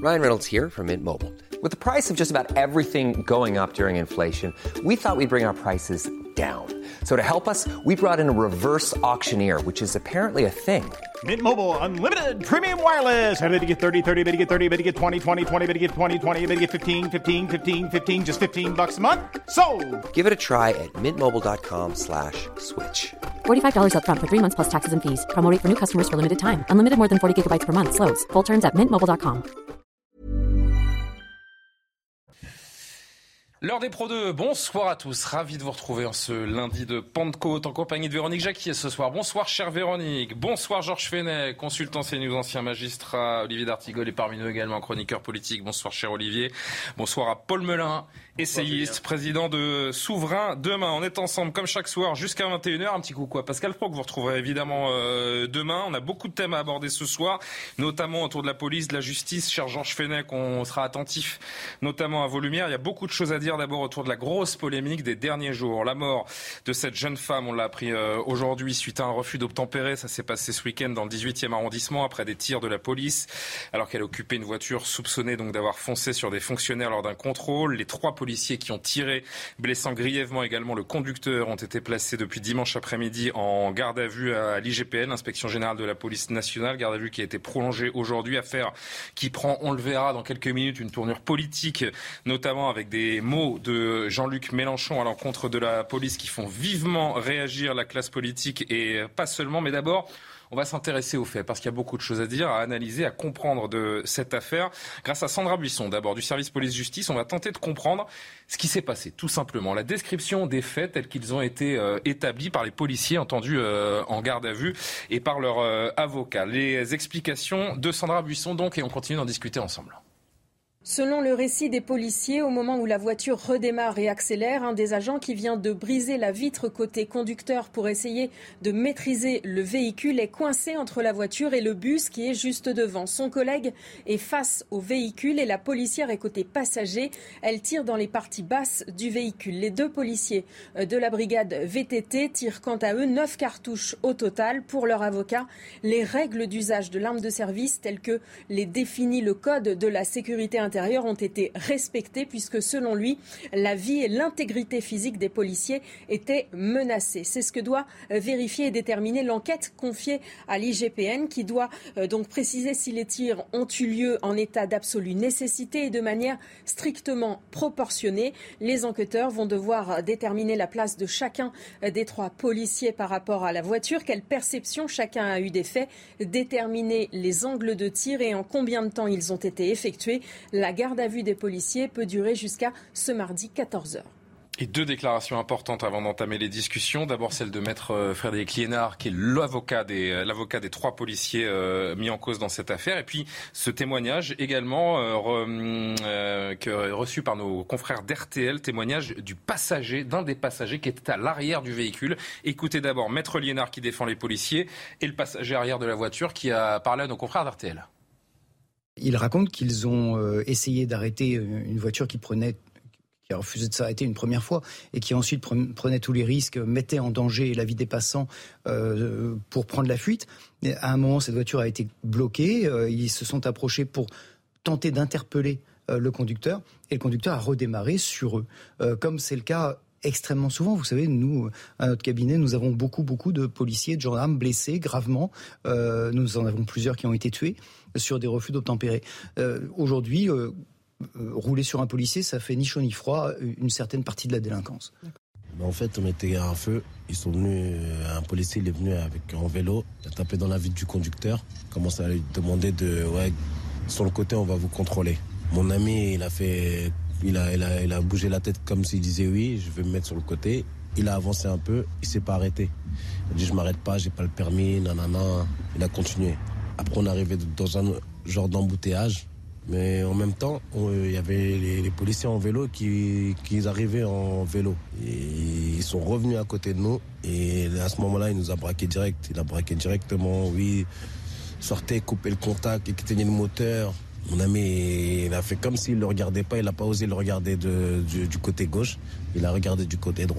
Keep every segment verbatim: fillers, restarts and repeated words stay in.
Ryan Reynolds here from Mint Mobile. With the price of just about everything going up during inflation, we thought we'd bring our prices down. So to help us, we brought in a reverse auctioneer, which is apparently a thing. Mint Mobile Unlimited Premium Wireless. How to get thirty, thirty, how to get thirty, how to get twenty, twenty, twenty, how to get twenty, twenty, how to get fifteen, fifteen, fifteen, fifteen, just fifteen bucks a month? Sold! Give it a try at mintmobile.com slash switch. forty-five dollars up front for three months plus taxes and fees. Promo rate for new customers for limited time. Unlimited more than forty gigabytes per month. Slows full terms at mint mobile dot com. L'heure des Pro deux, bonsoir à tous, ravi de vous retrouver en ce lundi de Pentecôte en compagnie de Véronique Jacquier ce soir. Bonsoir chère Véronique, bonsoir Georges Fenech, consultant CNews, ancien magistrat, Olivier d'Artigol est parmi nous également, chroniqueur politique. Bonsoir cher Olivier, bonsoir à Paul Melun, essayiste, président de Souverain Demain. On est ensemble comme chaque soir jusqu'à vingt et une heures. Un petit coucou à Pascal Pro que vous retrouverez évidemment euh, demain. On a beaucoup de thèmes à aborder ce soir, notamment autour de la police, de la justice. Cher Georges Fenech, on sera attentif notamment à vos lumières. Il y a beaucoup de choses à dire. D'abord autour de la grosse polémique des derniers jours. La mort de cette jeune femme, on l'a appris euh, aujourd'hui suite à un refus d'obtempérer. Ça s'est passé ce week-end dans le dix-huitième arrondissement après des tirs de la police alors qu'elle occupait une voiture soupçonnée donc d'avoir foncé sur des fonctionnaires lors d'un contrôle. Les trois policiers qui ont tiré, blessant grièvement également le conducteur, ont été placés depuis dimanche après-midi en garde à vue à l'I G P N, l'Inspection Générale de la Police Nationale. Garde à vue qui a été prolongée aujourd'hui. Affaire qui prend, on le verra dans quelques minutes, une tournure politique, notamment avec des mots de Jean-Luc Mélenchon à l'encontre de la police qui font vivement réagir la classe politique et pas seulement. Mais d'abord, on va s'intéresser aux faits parce qu'il y a beaucoup de choses à dire, à analyser, à comprendre de cette affaire. Grâce à Sandra Buisson, d'abord du service police-justice, on va tenter de comprendre ce qui s'est passé, tout simplement. La description des faits tels qu'ils ont été euh, établis par les policiers entendus euh, en garde à vue et par leur euh, avocat. Les explications de Sandra Buisson donc, et on continue d'en discuter ensemble. Selon le récit des policiers, au moment où la voiture redémarre et accélère, un des agents qui vient de briser la vitre côté conducteur pour essayer de maîtriser le véhicule est coincé entre la voiture et le bus qui est juste devant. Son collègue est face au véhicule et la policière est côté passager. Elle tire dans les parties basses du véhicule. Les deux policiers de la brigade V T T tirent quant à eux neuf cartouches au total. Pour leur avocat, les règles d'usage de l'arme de service telles que les définit le code de la sécurité intérieure ont été respectées puisque selon lui, la vie et l'intégrité physique des policiers étaient menacées. C'est ce que doit vérifier et déterminer l'enquête confiée à l'I G P N qui doit donc préciser si les tirs ont eu lieu en état d'absolue nécessité et de manière strictement proportionnée. Les enquêteurs vont devoir déterminer la place de chacun des trois policiers par rapport à la voiture, quelle perception chacun a eu des faits, déterminer les angles de tir et en combien de temps ils ont été effectués. La garde à vue des policiers peut durer jusqu'à ce mardi quatorze heures. Et deux déclarations importantes avant d'entamer les discussions. D'abord celle de maître Frédéric Liénard, qui est l'avocat des, l'avocat des trois policiers euh, mis en cause dans cette affaire. Et puis ce témoignage également euh, re, euh, que, reçu par nos confrères d'R T L, témoignage du passager, d'un des passagers qui était à l'arrière du véhicule. Écoutez d'abord maître Liénard qui défend les policiers et le passager arrière de la voiture qui a parlé à nos confrères d'R T L. Ils racontent qu'ils ont euh, essayé d'arrêter une voiture qui prenait, qui a refusé de s'arrêter une première fois et qui ensuite prenait tous les risques, mettait en danger la vie des passants euh, pour prendre la fuite. Et à un moment, cette voiture a été bloquée. Euh, ils se sont approchés pour tenter d'interpeller euh, le conducteur et le conducteur a redémarré sur eux, euh, comme c'est le cas extrêmement souvent. Vous savez, nous, à notre cabinet, nous avons beaucoup, beaucoup de policiers, de gendarmes blessés gravement. Euh, nous en avons plusieurs qui ont été tués sur des refus d'obtempérer. Euh, aujourd'hui, euh, euh, rouler sur un policier, ça fait ni chaud ni froid une certaine partie de la délinquance. En fait, on était à un feu. Ils sont venus, un policier il est venu avec en vélo, il a tapé dans la vitre du conducteur, commence à lui demander de, ouais, sur le côté, on va vous contrôler. Mon ami, il a fait, il a, il a, il a bougé la tête comme s'il disait oui, je vais me mettre sur le côté. Il a avancé un peu, il s'est pas arrêté. Il a dit je m'arrête pas, j'ai pas le permis, nanana. Il a continué. Après, on est arrivé dans un genre d'embouteillage. Mais en même temps, il y avait les, les policiers en vélo qui, qui arrivaient en vélo. Et ils sont revenus à côté de nous. Et à ce moment-là, il nous a braqué direct. Il a braqué directement, oui. Sortez, coupez le contact, éteignez le moteur. Mon ami, il a fait comme s'il ne le regardait pas. Il n'a pas osé le regarder de, du, du côté gauche. Il a regardé du côté droit.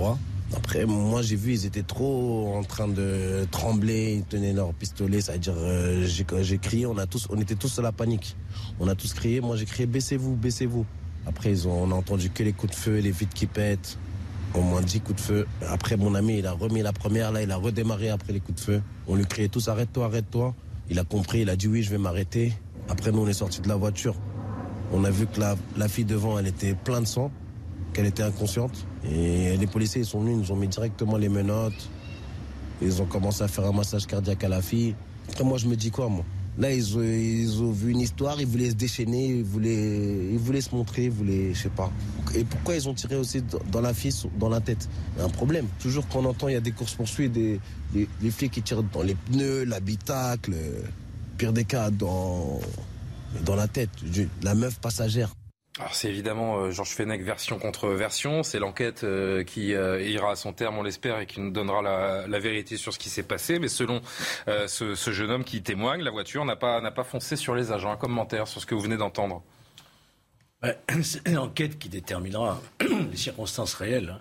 Après, moi, j'ai vu, ils étaient trop en train de trembler, ils tenaient leur pistolet, c'est-à-dire, euh, j'ai, j'ai crié, on, a tous, on était tous à la panique. On a tous crié, moi j'ai crié, baissez-vous, baissez-vous. Après, ils ont, on a entendu que les coups de feu, les vitres qui pètent, au moins dix coups de feu. Après, mon ami, il a remis la première, là, il a redémarré après les coups de feu. On lui criait tous, arrête-toi, arrête-toi. Il a compris, il a dit oui, je vais m'arrêter. Après, nous, on est sortis de la voiture. On a vu que la, la fille devant, elle était pleine de sang, qu'elle était inconsciente. Et les policiers, ils sont venus, ils nous ont mis directement les menottes. Ils ont commencé à faire un massage cardiaque à la fille. Après, moi, je me dis quoi, moi ? Là, ils ont, ils ont vu une histoire, ils voulaient se déchaîner, ils voulaient, ils voulaient se montrer, ils voulaient, je sais pas. Et pourquoi ils ont tiré aussi dans la fille, dans la tête ? Il y a un problème. Toujours qu'on entend, il y a des courses-poursuites, des, des, des flics qui tirent dans les pneus, l'habitacle, pire des cas, dans, dans la tête, la meuf passagère. Alors c'est évidemment euh, Georges Fenech version contre version, c'est l'enquête euh, qui euh, ira à son terme, on l'espère, et qui nous donnera la, la vérité sur ce qui s'est passé. Mais selon euh, ce, ce jeune homme qui témoigne, la voiture n'a pas, n'a pas foncé sur les agents. Un commentaire sur ce que vous venez d'entendre. Ouais, c'est une enquête qui déterminera les circonstances réelles hein,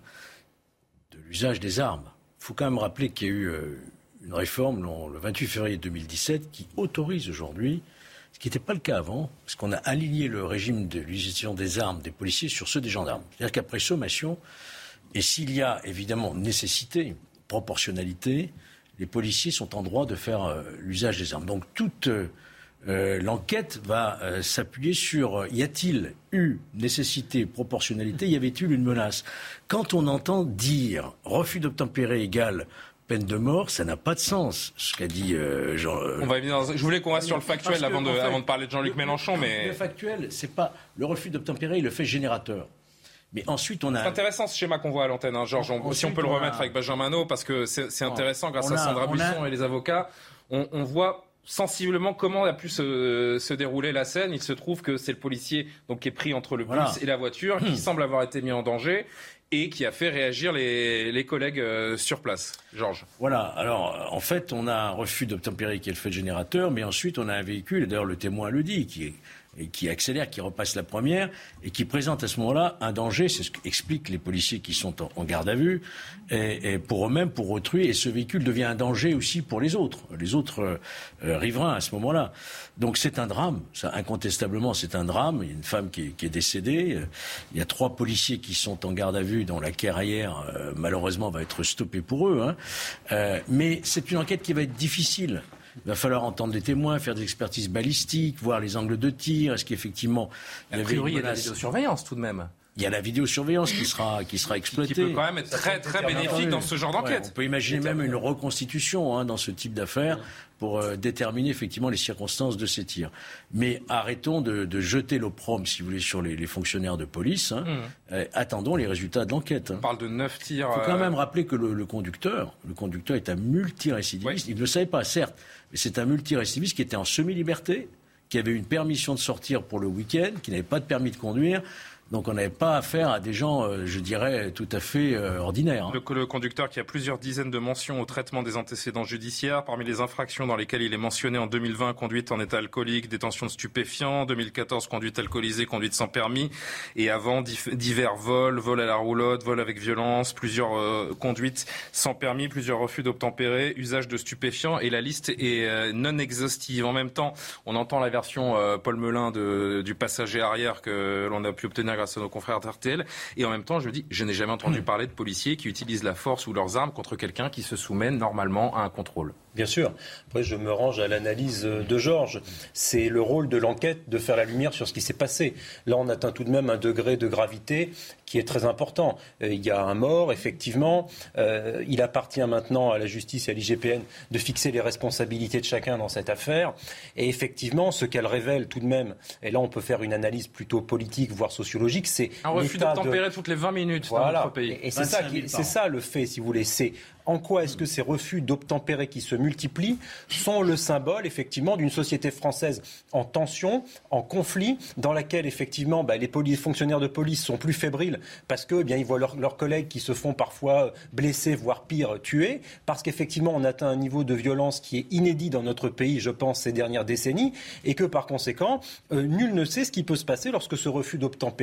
de l'usage des armes. Il faut quand même rappeler qu'il y a eu euh, une réforme le vingt-huit février deux mille dix-sept qui autorise aujourd'hui, ce qui n'était pas le cas avant, parce qu'on a aligné le régime de l'utilisation des armes des policiers sur ceux des gendarmes. C'est-à-dire qu'après sommation, et s'il y a évidemment nécessité, proportionnalité, les policiers sont en droit de faire euh, l'usage des armes. Donc toute euh, l'enquête va euh, s'appuyer sur euh, y a-t-il eu nécessité, proportionnalité, y avait-il une menace ? Quand on entend dire refus d'obtempérer égale peine de mort, ça n'a pas de sens, ce qu'a dit euh, Jean. Euh... On va dans... Je voulais qu'on reste sur le factuel avant de, en fait, avant de parler de Jean-Luc le, Mélenchon. Mais... Le factuel, c'est pas le refus d'obtempérer, il le fait générateur. Mais ensuite, on a. C'est intéressant ce schéma qu'on voit à l'antenne, hein, Georges. On, si on peut le remettre a... avec Benjamin Hanot, parce que c'est, c'est intéressant, grâce a, à Sandra Buisson a... et les avocats, on, on voit sensiblement comment a pu se, se dérouler la scène. Il se trouve que c'est le policier donc, qui est pris entre le bus voilà. et la voiture, qui semble avoir été mis en danger, et qui a fait réagir les, les collègues euh, sur place. Georges. Voilà, alors en fait on a un refus d'obtempérer qui est le fait générateur, mais ensuite on a un véhicule, et d'ailleurs le témoin le dit, qui, est, et qui accélère, qui repasse la première, et qui présente à ce moment-là un danger, c'est ce qu'expliquent les policiers qui sont en, en garde à vue, et, et pour eux-mêmes, pour autrui, et ce véhicule devient un danger aussi pour les autres, les autres euh, riverains à ce moment-là. Donc c'est un drame, ça, incontestablement c'est un drame, il y a une femme qui est, qui est décédée, il y a trois policiers qui sont en garde à vue, dont la carrière euh, malheureusement va être stoppée pour eux, hein. euh, mais c'est une enquête qui va être difficile. Il va falloir entendre des témoins, faire des expertises balistiques, voir les angles de tir, est-ce qu'effectivement... A priori, il y a de la vidéosurveillance tout de même. Il y a la vidéosurveillance qui sera, qui sera exploitée. Qui peut quand même être très, très bénéfique dans ce genre d'enquête. Ouais, on peut imaginer même une reconstitution hein, dans ce type d'affaires pour euh, déterminer effectivement les circonstances de ces tirs. Mais arrêtons de, de jeter l'opprobre, si vous voulez, sur les, les fonctionnaires de police. Hein. Mmh. Euh, attendons les résultats de l'enquête. Hein. On parle de neuf tirs. Il faut quand même rappeler que le, le conducteur, le conducteur est un multirécidiviste. Oui. Il ne le savait pas, certes, mais c'est un multirécidiviste qui était en semi-liberté, qui avait une permission de sortir pour le week-end, qui n'avait pas de permis de conduire. Donc on n'avait pas affaire à des gens, euh, je dirais, tout à fait euh, ordinaires. Hein. Le, le conducteur qui a plusieurs dizaines de mentions au traitement des antécédents judiciaires. Parmi les infractions dans lesquelles il est mentionné en deux mille vingt, conduite en état alcoolique, détention de stupéfiants. deux mille quatorze, conduite alcoolisée, conduite sans permis. Et avant, divers vols, vol à la roulotte, vol avec violence, plusieurs euh, conduites sans permis, plusieurs refus d'obtempérer, usage de stupéfiants. Et la liste est euh, non exhaustive. En même temps, on entend la version euh, Paul Melun de, du passager arrière que l'on a pu obtenir grâce à nos confrères d'R T L. Et en même temps, je dis, je n'ai jamais entendu mmh. parler de policiers qui utilisent la force ou leurs armes contre quelqu'un qui se soumet normalement à un contrôle. Bien sûr. Après, je me range à l'analyse de Georges. C'est le rôle de l'enquête de faire la lumière sur ce qui s'est passé. Là, on atteint tout de même un degré de gravité qui est très important. Euh, il y a un mort, effectivement. Euh, il appartient maintenant à la justice et à l'I G P N de fixer les responsabilités de chacun dans cette affaire. Et effectivement, ce qu'elle révèle tout de même, et là on peut faire une analyse plutôt politique, voire sociologique, c'est un refus d'obtempérer de... toutes les vingt minutes voilà. dans notre pays. Et, et c'est, ça qui, c'est ça le fait, si vous voulez. C'est en quoi est-ce que ces refus d'obtempérer qui se multiplient sont le symbole, effectivement, d'une société française en tension, en conflit, dans laquelle, effectivement, bah, les poli- fonctionnaires de police sont plus fébriles parce que, eh bien, ils voient leur, leurs collègues qui se font parfois blesser, voire pire, tués, parce qu'effectivement, on atteint un niveau de violence qui est inédit dans notre pays, je pense, ces dernières décennies, et que, par conséquent, euh, nul ne sait ce qui peut se passer lorsque ce refus d'obtempérer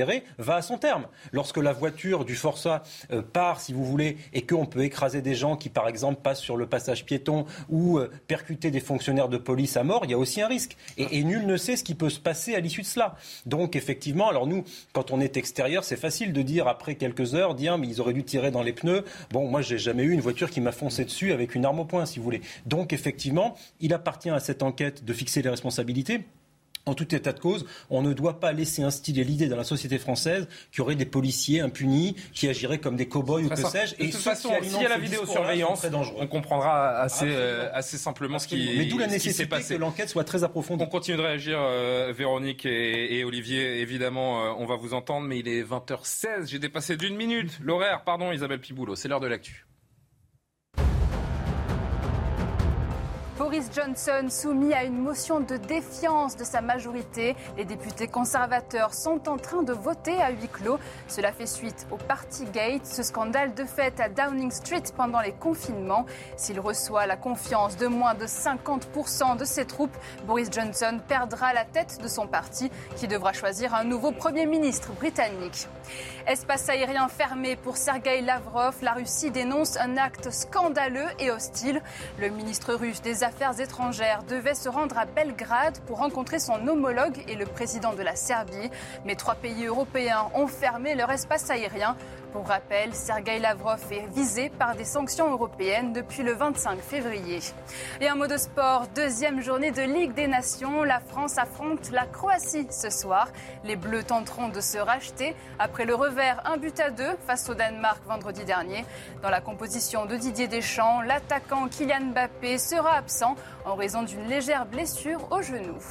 d'obtempérer va à son terme. Lorsque la voiture du forçat euh, part, si vous voulez, et qu'on peut écraser des gens qui, par exemple, passent sur le passage piéton ou euh, percuter des fonctionnaires de police à mort, il y a aussi un risque. Et, et nul ne sait ce qui peut se passer à l'issue de cela. Donc, effectivement, alors nous, quand on est extérieur, c'est facile de dire après quelques heures, dire mais ils auraient dû tirer dans les pneus. Bon, moi, j'ai jamais eu une voiture qui m'a foncé dessus avec une arme au poing, si vous voulez. Donc, effectivement, il appartient à cette enquête de fixer les responsabilités. En tout état de cause, on ne doit pas laisser instiller l'idée dans la société française qu'il y aurait des policiers impunis qui agiraient comme des cow-boys ou que sais-je. Et de toute façon, s'il y a la vidéosurveillance, on comprendra assez, euh, assez simplement Absolument. ce qui, Mais d'où la ce nécessité qui s'est passé. Que l'enquête soit très approfondie. On continue de réagir, euh, Véronique et, et Olivier. Évidemment, euh, on va vous entendre, mais il est vingt heures seize. J'ai dépassé d'une minute l'horaire. Pardon, Isabelle Piboulot. C'est l'heure de l'actu. Boris Johnson soumis à une motion de défiance de sa majorité. Les députés conservateurs sont en train de voter à huis clos. Cela fait suite au Partygate, ce scandale de fête à Downing Street pendant les confinements. S'il reçoit la confiance de moins de cinquante pour cent de ses troupes, Boris Johnson perdra la tête de son parti qui devra choisir un nouveau Premier ministre britannique. Espace aérien fermé pour Sergueï Lavrov. La Russie dénonce un acte scandaleux et hostile. Le ministre russe des Affaires étrangères devait se rendre à Belgrade pour rencontrer son homologue et le président de la Serbie. Mais trois pays européens ont fermé leur espace aérien. Pour rappel, Sergueï Lavrov est visé par des sanctions européennes depuis le vingt-cinq février. Et un mot de sport, deuxième journée de Ligue des Nations. La France affronte la Croatie ce soir. Les Bleus tenteront de se racheter après le revers un but à deux face au Danemark vendredi dernier. Dans la composition de Didier Deschamps, l'attaquant Kylian Mbappé sera absent en raison d'une légère blessure au genou.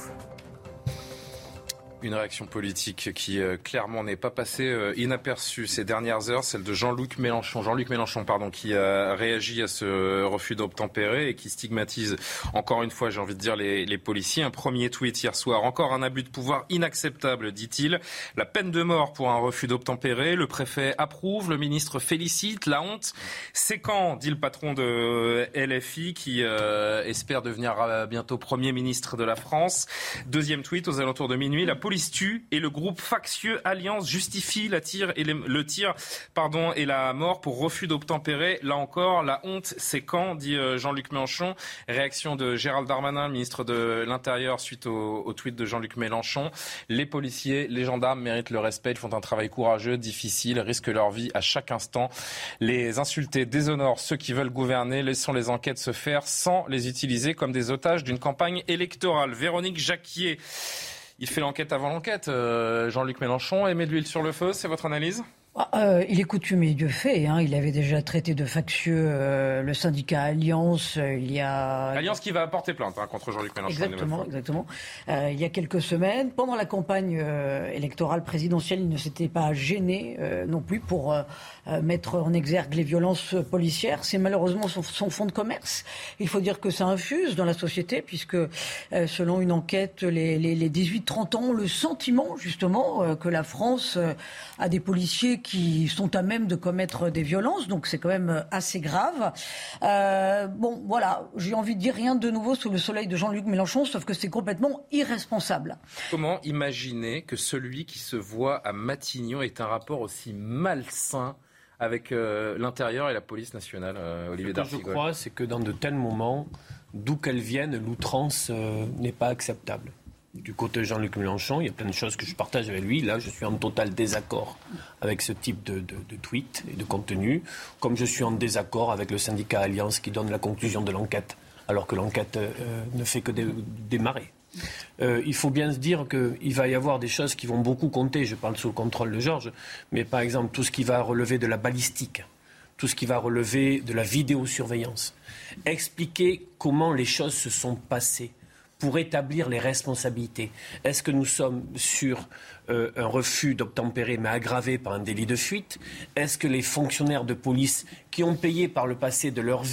Une réaction politique qui euh, clairement n'est pas passée euh, inaperçue ces dernières heures, celle de Jean-Luc Mélenchon, Jean-Luc Mélenchon pardon, qui a réagi à ce refus d'obtempérer et qui stigmatise encore une fois, j'ai envie de dire, les, les policiers. Un premier tweet hier soir, encore un abus de pouvoir inacceptable, dit-il. La peine de mort pour un refus d'obtempérer, le préfet approuve, le ministre félicite, la honte. C'est quand, dit le patron de L F I qui euh, espère devenir euh, bientôt Premier ministre de la France. Deuxième tweet aux alentours de minuit, la police tue et le groupe factieux Alliance justifie la tire et les, le tir pardon, et la mort pour refus d'obtempérer. Là encore, la honte, c'est quand, dit Jean-Luc Mélenchon. Réaction de Gérald Darmanin, ministre de l'Intérieur, suite au, au tweet de Jean-Luc Mélenchon. Les policiers, les gendarmes méritent le respect. Ils font un travail courageux, difficile, risquent leur vie à chaque instant. Les insulter déshonorent ceux qui veulent gouverner. Laissons les enquêtes se faire sans les utiliser comme des otages d'une campagne électorale. Véronique Jacquier. Il fait l'enquête avant l'enquête. Euh, Jean-Luc Mélenchon, met de l'huile sur le feu, c'est votre analyse ? Euh, il est coutumier Dieu fait. Hein. Il avait déjà traité de factieux euh, le syndicat Alliance. Euh, il y a Alliance qui va porter plainte hein, contre Jean-Luc Mélenchon. Exactement, exactement. Euh, il y a quelques semaines, pendant la campagne euh, électorale présidentielle, il ne s'était pas gêné euh, non plus pour euh, mettre en exergue les violences policières. C'est malheureusement son, son fonds de commerce. Il faut dire que ça infuse dans la société, puisque euh, selon une enquête, les, les, les dix-huit trente ans ont le sentiment justement euh, que la France euh, a des policiers qui sont à même de commettre des violences, donc c'est quand même assez grave. Euh, bon, voilà, j'ai envie de dire rien de nouveau sous le soleil de Jean-Luc Mélenchon, sauf que c'est complètement irresponsable. Comment imaginer que celui qui se voit à Matignon ait un rapport aussi malsain avec euh, l'intérieur et la police nationale, euh, Olivier D'Artigol ? Ce que je crois, c'est que dans de tels moments, d'où qu'elle vienne, l'outrance euh, n'est pas acceptable. Du côté de Jean-Luc Mélenchon, il y a plein de choses que je partage avec lui. Là, je suis en total désaccord avec ce type de, de, de tweet et de contenu, comme je suis en désaccord avec le syndicat Alliance qui donne la conclusion de l'enquête, alors que l'enquête euh, ne fait que dé- démarrer. Euh, il faut bien se dire qu'il va y avoir des choses qui vont beaucoup compter. Je parle sous le contrôle de Georges, mais par exemple, tout ce qui va relever de la balistique, tout ce qui va relever de la vidéosurveillance, expliquer comment les choses se sont passées, pour établir les responsabilités. Est-ce que nous sommes sur euh, un refus d'obtempérer mais aggravé par un délit de fuite ? Est-ce que les fonctionnaires de police qui ont payé par le passé de leur vie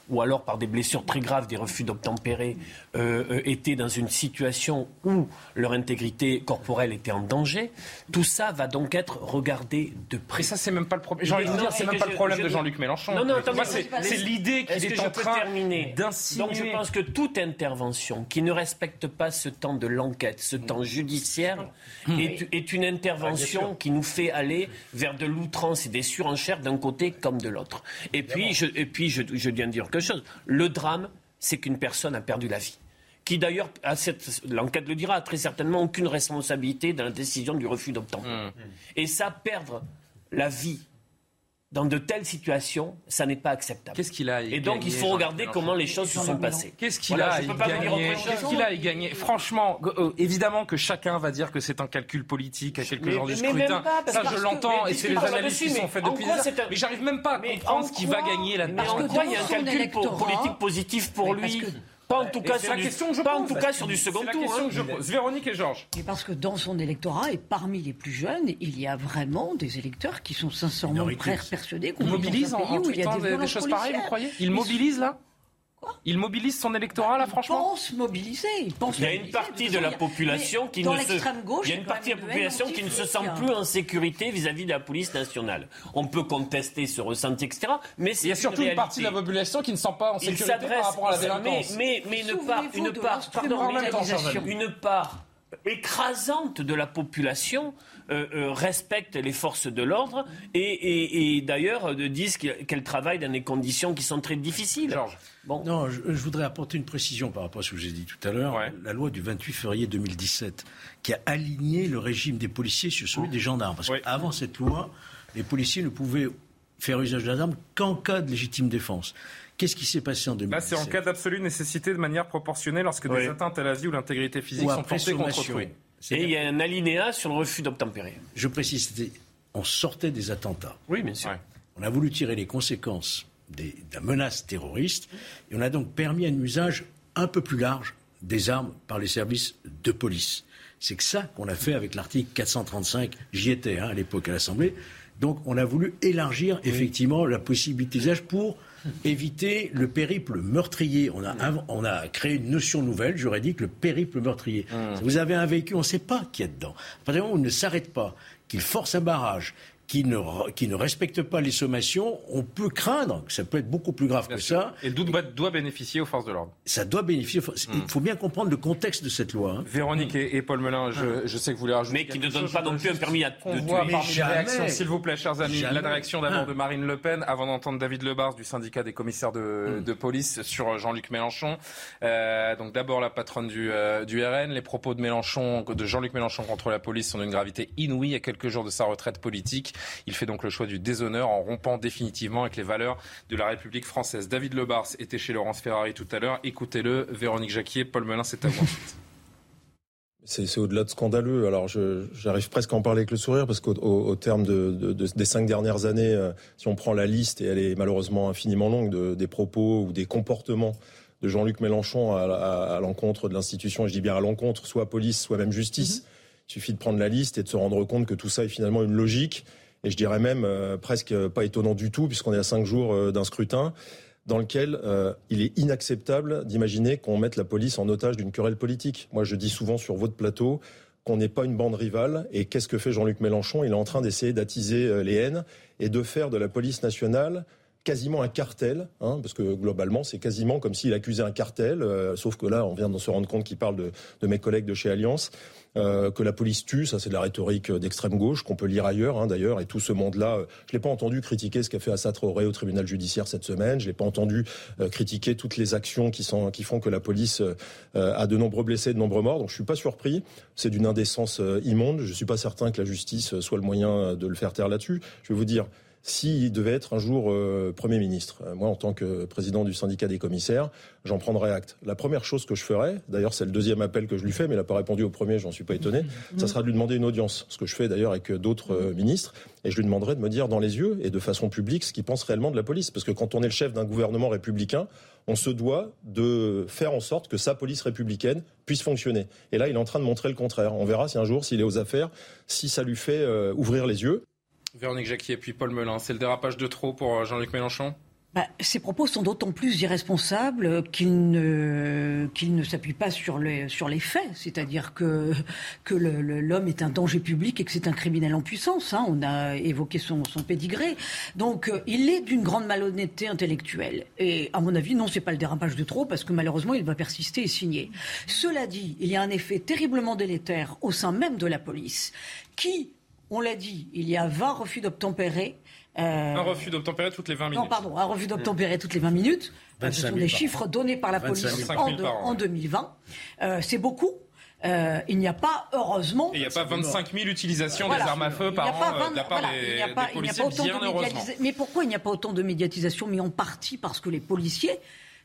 ou alors par des blessures très graves, des refus d'obtempérer, euh, euh, étaient dans une situation où leur intégrité corporelle était en danger, tout ça va donc être regardé de près. Mais ça, c'est même pas le problème. J'ai envie de dire, c'est même pas le problème de Jean-Luc Mélenchon. Non, non, attendez, moi, c'est, c'est l'idée qu'il est, est en train terminer d'insinuer. Donc je pense que toute intervention qui ne respecte pas ce temps de l'enquête, ce temps judiciaire, mmh. est, est une intervention qui nous fait aller vers de l'outrance et des surenchères d'un côté comme de l'autre. Et puis, je, et puis je, je viens de dire quelque chose. Le drame, c'est qu'une personne a perdu la vie. Qui d'ailleurs, à cette, l'enquête le dira, a très certainement aucune responsabilité dans la décision du refus d'obtempérer. Mmh. Et ça, perdre la vie dans de telles situations, ça n'est pas acceptable. Qu'est-ce qu'il a à y Et donc, gagner, il faut regarder comment les choses se sont passées. Qu'est-ce qu'il voilà, a à y gagner Qu'est-ce qu'il a à y gagner Franchement, euh, évidemment que chacun va dire que c'est un calcul politique à quelques mais, jours du scrutin. Pas, ça, je l'entends, que, et c'est les analyses qui sont faites depuis des années. Un... Mais j'arrive même pas à comprendre ce qui va gagner là-dedans. Mais en quoi il y a un calcul politique positif pour lui ? Pas en tout cas, sur du, pas en tout cas sur du second tour. C'est la question hein. que je pose. Véronique et Georges. Et parce que dans son électorat, et parmi les plus jeunes, il y a vraiment des électeurs qui sont sincèrement prêts, persuadés qu'on mobilise en, en tweetant des, des choses pareilles, vous croyez ? Il mobilise là ? Quoi ? Il mobilise son électorat là, franchement ? Il pense mobiliser. Il, pense il y a une partie de la population qui ne se, gauche, il y a une partie de la population qui ne se sent plus en sécurité vis-à-vis de la police nationale. On peut contester ce ressenti, et cetera. Mais c'est il y a surtout une, une partie de la population qui ne se sent pas en sécurité par rapport à la délinquance. Mais, mais, mais une part, une part, pardon, une part écrasante de la population euh, euh, respecte les forces de l'ordre et, et, et d'ailleurs euh, disent qu'elles travaillent dans des conditions qui sont très difficiles. Georges. Bon. Non, je, je voudrais apporter une précision par rapport à ce que j'ai dit tout à l'heure. Ouais. La loi du vingt-huit février deux mille dix-sept qui a aligné le régime des policiers sur celui oh. des gendarmes. Parce ouais. qu'avant cette loi, les policiers ne pouvaient faire usage de l'arme qu'en cas de légitime défense. Qu'est-ce qui s'est passé en deux mille dix-sept ? Là, c'est en cas d'absolue nécessité de manière proportionnée lorsque oui. des atteintes à la vie ou l'intégrité physique ou sont portées contre autrui. Et il y a un alinéa sur le refus d'obtempérer. Je précise, on sortait des attentats. Oui, bien sûr. Ouais. On a voulu tirer les conséquences des, de la menace terroriste et on a donc permis un usage un peu plus large des armes par les services de police. C'est que ça qu'on a fait avec l'article quatre cent trente-cinq. J'y étais hein, à l'époque à l'Assemblée. Donc on a voulu élargir oui. effectivement la possibilité d'usage pour éviter le périple meurtrier. On a, on a créé une notion nouvelle, juridique, le périple meurtrier. Mmh. Vous avez un véhicule, on ne sait pas qui est dedans. À partir du moment où il ne s'arrête pas, qu'il force un barrage, qui ne, qui ne respecte pas les sommations, on peut craindre que ça peut être beaucoup plus grave bien que sûr. ça. Et le doute doit, doit bénéficier aux forces de l'ordre. Ça doit bénéficier. Il mmh. faut bien comprendre le contexte de cette loi. Hein. Véronique mmh. et, et Paul Melun, je, je sais que vous voulez rajouter. Mais qui ne donne pas non plus un permis à on de voit tuer. Parmi les réactions, s'il vous plaît, chers amis, jamais. La réaction d'abord de Marine Le Pen, avant d'entendre David Lebars du syndicat des commissaires de, mmh. de police sur Jean-Luc Mélenchon. Euh, donc d'abord la patronne du, euh, du R N. Les propos de Mélenchon, de Jean-Luc Mélenchon contre la police sont d'une gravité inouïe à quelques jours de sa retraite politique. Il fait donc le choix du déshonneur en rompant définitivement avec les valeurs de la République française. David Lebars était chez Laurence Ferrari tout à l'heure. Écoutez-le. Véronique Jacquier, Paul Melun, c'est à vous ensuite. C'est, c'est au-delà de scandaleux. Alors, je, j'arrive presque à en parler avec le sourire parce qu'au au, au terme de, de, de, des cinq dernières années, euh, si on prend la liste, et elle est malheureusement infiniment longue, de, des propos ou des comportements de Jean-Luc Mélenchon à, à, à l'encontre de l'institution, et je dis bien à l'encontre, soit police, soit même justice. Mm-hmm. Il suffit de prendre la liste et de se rendre compte que tout ça est finalement une logique. Et je dirais même euh, presque pas étonnant du tout, puisqu'on est à cinq jours euh, d'un scrutin dans lequel euh, il est inacceptable d'imaginer qu'on mette la police en otage d'une querelle politique. Moi, je dis souvent sur votre plateau qu'on n'est pas une bande rivale. Et qu'est-ce que fait Jean-Luc Mélenchon ? Il est en train d'essayer d'attiser euh, les haines et de faire de la police nationale quasiment un cartel, hein, parce que globalement, c'est quasiment comme s'il accusait un cartel, euh, sauf que là, on vient de se rendre compte qu'il parle de, de mes collègues de chez Alliance, euh, que la police tue, ça c'est de la rhétorique d'extrême gauche, qu'on peut lire ailleurs, hein, d'ailleurs, et tout ce monde-là, euh, je l'ai pas entendu critiquer ce qu'a fait Assa Traoré au tribunal judiciaire cette semaine, je l'ai pas entendu euh, critiquer toutes les actions qui, sont, qui font que la police euh, a de nombreux blessés, de nombreux morts, donc je suis pas surpris, c'est d'une indécence euh, immonde, je suis pas certain que la justice soit le moyen de le faire taire là-dessus, je vais vous dire... S'il devait être un jour euh, Premier ministre, euh, moi en tant que président du syndicat des commissaires, j'en prendrais acte. La première chose que je ferais, d'ailleurs c'est le deuxième appel que je lui fais, mais il n'a pas répondu au premier, j'en suis pas étonné, mmh. ça sera de lui demander une audience, ce que je fais d'ailleurs avec d'autres euh, ministres, et je lui demanderais de me dire dans les yeux et de façon publique ce qu'il pense réellement de la police. Parce que quand on est le chef d'un gouvernement républicain, on se doit de faire en sorte que sa police républicaine puisse fonctionner. Et là, il est en train de montrer le contraire. On verra si un jour, s'il est aux affaires, si ça lui fait euh, ouvrir les yeux. Véronique Jacquier et puis Paul Melun, c'est le dérapage de trop pour Jean-Luc Mélenchon ? Bah, ces propos sont d'autant plus irresponsables qu'ils ne, qu'ils ne s'appuient pas sur les, sur les faits. C'est-à-dire que, que le, le, l'homme est un danger public et que c'est un criminel en puissance. Hein. On a évoqué son, son pédigré. Donc, euh, il est d'une grande malhonnêteté intellectuelle. Et à mon avis, non, c'est pas le dérapage de trop, parce que malheureusement, il va persister et signer. Cela dit, il y a un effet terriblement délétère au sein même de la police qui, on l'a dit, il y a vingt refus d'obtempérer. Euh... Un refus d'obtempérer toutes les vingt minutes. Non, pardon, un refus d'obtempérer toutes les vingt minutes. Ce sont des chiffres donnés par la police en, de, en deux mille vingt. Euh, c'est beaucoup. Euh, il n'y a pas, heureusement... Et il n'y a pas vingt-cinq mille utilisations voilà. des armes à feu par an vingt, de la part voilà, des, pas, des policiers, bien heureusement. Mais pourquoi il n'y a pas autant de médiatisation? Mais en partie parce que les policiers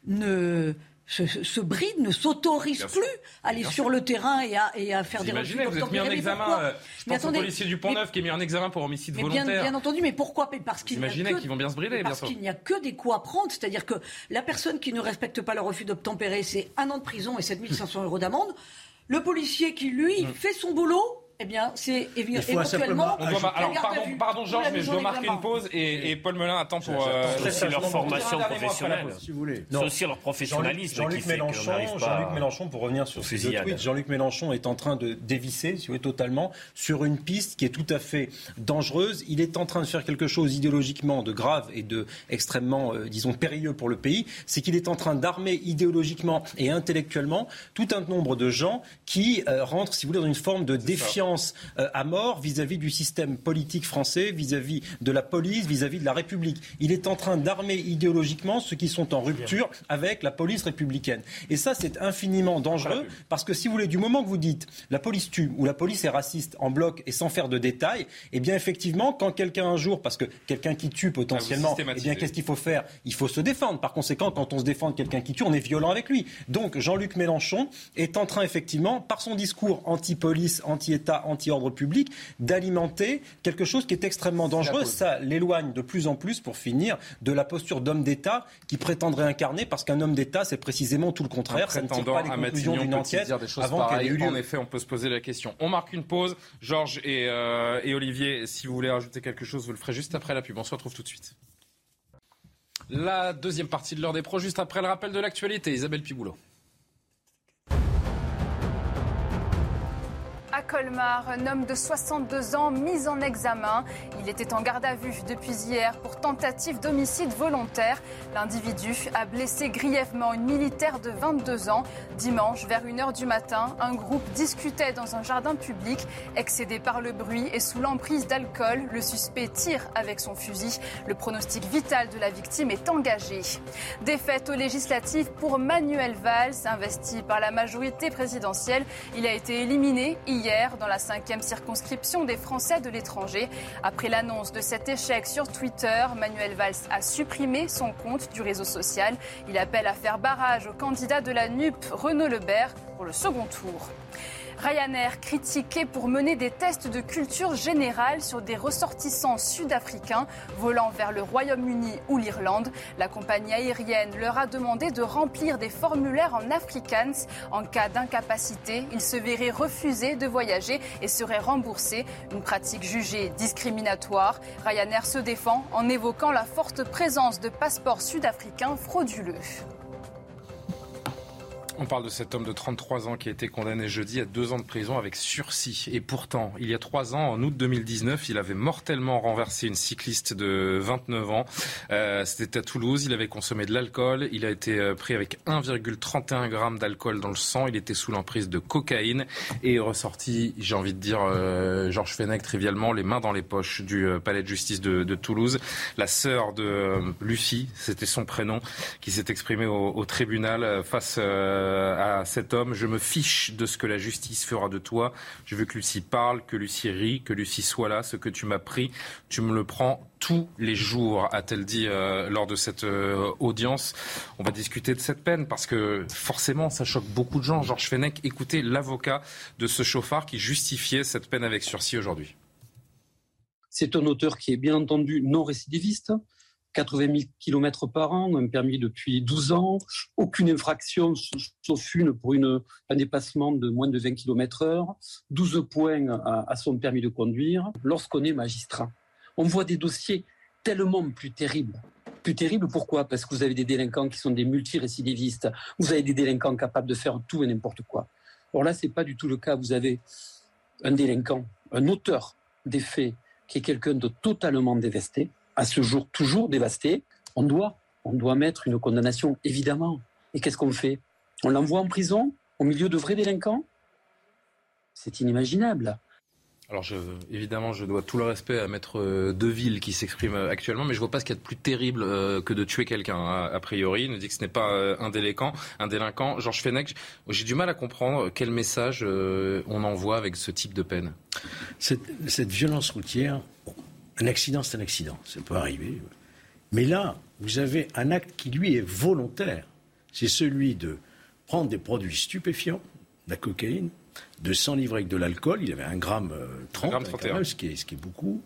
ne... Se, se bride, ne s'autorise plus à aller sur le terrain et à, et à faire vous des refus d'obtempérer. Vous êtes mis en examen, euh, je pense au policier du Pont-Neuf qui est mis en examen pour homicide mais volontaire. Bien, bien entendu, mais pourquoi? Parce qu'il n'y a que, qu'ils vont bien se brider, parce qu'il n'y a que des coups à prendre, c'est-à-dire que la personne qui ne respecte pas le refus d'obtempérer, c'est un an de prison et sept mille cinq cents euros d'amende. Le policier qui, lui, mmh. fait son boulot, eh bien, c'est éventuellement... On doit, alors, pardon, pardon Georges, mais je dois marquer une pause et, et Paul Melun attend pour... Euh, c'est aussi leur formation professionnelle. Si vous voulez. C'est aussi leur professionnalisme. Jean-Luc Mélenchon, Jean-Luc Mélenchon, pour revenir sur ces deux tweets, Jean-Luc Mélenchon est en train de dévisser, si vous voulez, totalement, sur une piste qui est tout à fait dangereuse. Il est en train de faire quelque chose idéologiquement de grave et de extrêmement, euh, disons, périlleux pour le pays. C'est qu'il est en train d'armer idéologiquement et intellectuellement tout un nombre de gens qui euh, rentrent, si vous voulez, dans une forme de défiance à mort vis-à-vis du système politique français, vis-à-vis de la police, vis-à-vis de la République. Il est en train d'armer idéologiquement ceux qui sont en rupture avec la police républicaine. Et ça, c'est infiniment dangereux parce que si vous voulez, du moment que vous dites la police tue ou la police est raciste en bloc et sans faire de détails, eh bien effectivement, quand quelqu'un un jour, parce que quelqu'un qui tue potentiellement, eh bien qu'est-ce qu'il faut faire? Il faut se défendre. Par conséquent, quand on se défend de quelqu'un qui tue, on est violent avec lui. Donc Jean-Luc Mélenchon est en train effectivement, par son discours anti-police, anti-État, anti-ordre public, d'alimenter quelque chose qui est extrêmement dangereux. Ça l'éloigne de plus en plus, pour finir, de la posture d'homme d'État qui prétendrait incarner, parce qu'un homme d'État, c'est précisément tout le contraire. Ça ne tire pas les conclusions d'une enquête avant qu'elle ait eu lieu. En effet, on peut se poser la question. On marque une pause. Georges et, euh, et Olivier, si vous voulez rajouter quelque chose, vous le ferez juste après la pub. On se retrouve tout de suite. La deuxième partie de l'heure des pros, juste après le rappel de l'actualité. Isabelle Piboulot. À Colmar, un homme de soixante-deux ans mis en examen. Il était en garde à vue depuis hier pour tentative d'homicide volontaire. L'individu a blessé grièvement une militaire de vingt-deux ans. Dimanche, vers une heure du matin, un groupe discutait dans un jardin public. Excédé par le bruit et sous l'emprise d'alcool, le suspect tire avec son fusil. Le pronostic vital de la victime est engagé. Défaite aux législatives pour Manuel Valls, investi par la majorité présidentielle. Il a été éliminé hier. Hier, dans la cinquième circonscription des Français de l'étranger. Après l'annonce de cet échec sur Twitter, Manuel Valls a supprimé son compte du réseau social. Il appelle à faire barrage au candidat de la N U P, Renaud Lebert, pour le second tour. Ryanair critiqué pour mener des tests de culture générale sur des ressortissants sud-africains volant vers le Royaume-Uni ou l'Irlande. La compagnie aérienne leur a demandé de remplir des formulaires en afrikaans. En cas d'incapacité, ils se verraient refuser de voyager et seraient remboursés. Une pratique jugée discriminatoire. Ryanair se défend en évoquant la forte présence de passeports sud-africains frauduleux. On parle de cet homme de trente-trois ans qui a été condamné jeudi à deux ans de prison avec sursis. Et pourtant, il y a trois ans, en août deux mille dix-neuf, il avait mortellement renversé une cycliste de vingt-neuf ans. Euh, c'était à Toulouse, il avait consommé de l'alcool. Il a été pris avec un virgule trente et un grammes d'alcool dans le sang. Il était sous l'emprise de cocaïne et est ressorti, j'ai envie de dire, euh, Georges Fenech, trivialement, les mains dans les poches du euh, palais de justice de, de Toulouse. La sœur de euh, Lucie, c'était son prénom, qui s'est exprimée au, au tribunal face... Euh, à cet homme. Je me fiche de ce que la justice fera de toi. Je veux que Lucie parle, que Lucie rit, que Lucie soit là. Ce que tu m'as pris, tu me le prends tous les jours, a-t-elle dit euh, lors de cette euh, audience. On va discuter de cette peine parce que forcément, ça choque beaucoup de gens. Georges Fenech, écoutez l'avocat de ce chauffard qui justifiait cette peine avec sursis aujourd'hui. C'est un auteur qui est bien entendu non récidiviste. quatre-vingt mille kilomètres par an, un permis depuis douze ans, aucune infraction sauf une pour une, un dépassement de moins de vingt kilomètres heure, douze points à, à son permis de conduire. Lorsqu'on est magistrat, on voit des dossiers tellement plus terribles, Plus terrible, pourquoi ? Parce que vous avez des délinquants qui sont des multirécidivistes. Vous avez des délinquants capables de faire tout et n'importe quoi. Or là, c'est pas du tout le cas. Vous avez un délinquant, un auteur des faits, qui est quelqu'un de totalement dévasté, à ce jour toujours dévasté. On doit, on doit mettre une condamnation, évidemment. Et qu'est-ce qu'on fait ? On l'envoie en prison, au milieu de vrais délinquants ? C'est inimaginable. Alors, je, évidemment, je dois tout le respect à Maître Deville qui s'exprime actuellement, mais je vois pas ce qu'il y a de plus terrible euh, que de tuer quelqu'un, hein, a priori. Il nous dit que ce n'est pas euh, un délinquant. Un délinquant. Georges Fenech, j'ai du mal à comprendre quel message euh, on envoie avec ce type de peine. Cette, cette violence routière, bon, un accident, c'est un accident, ça peut arriver. Mais là, vous avez un acte qui, lui, est volontaire. C'est celui de prendre des produits stupéfiants, de la cocaïne, de cent livres avec de l'alcool, il avait un gramme trente, ce qui est, ce qui est beaucoup.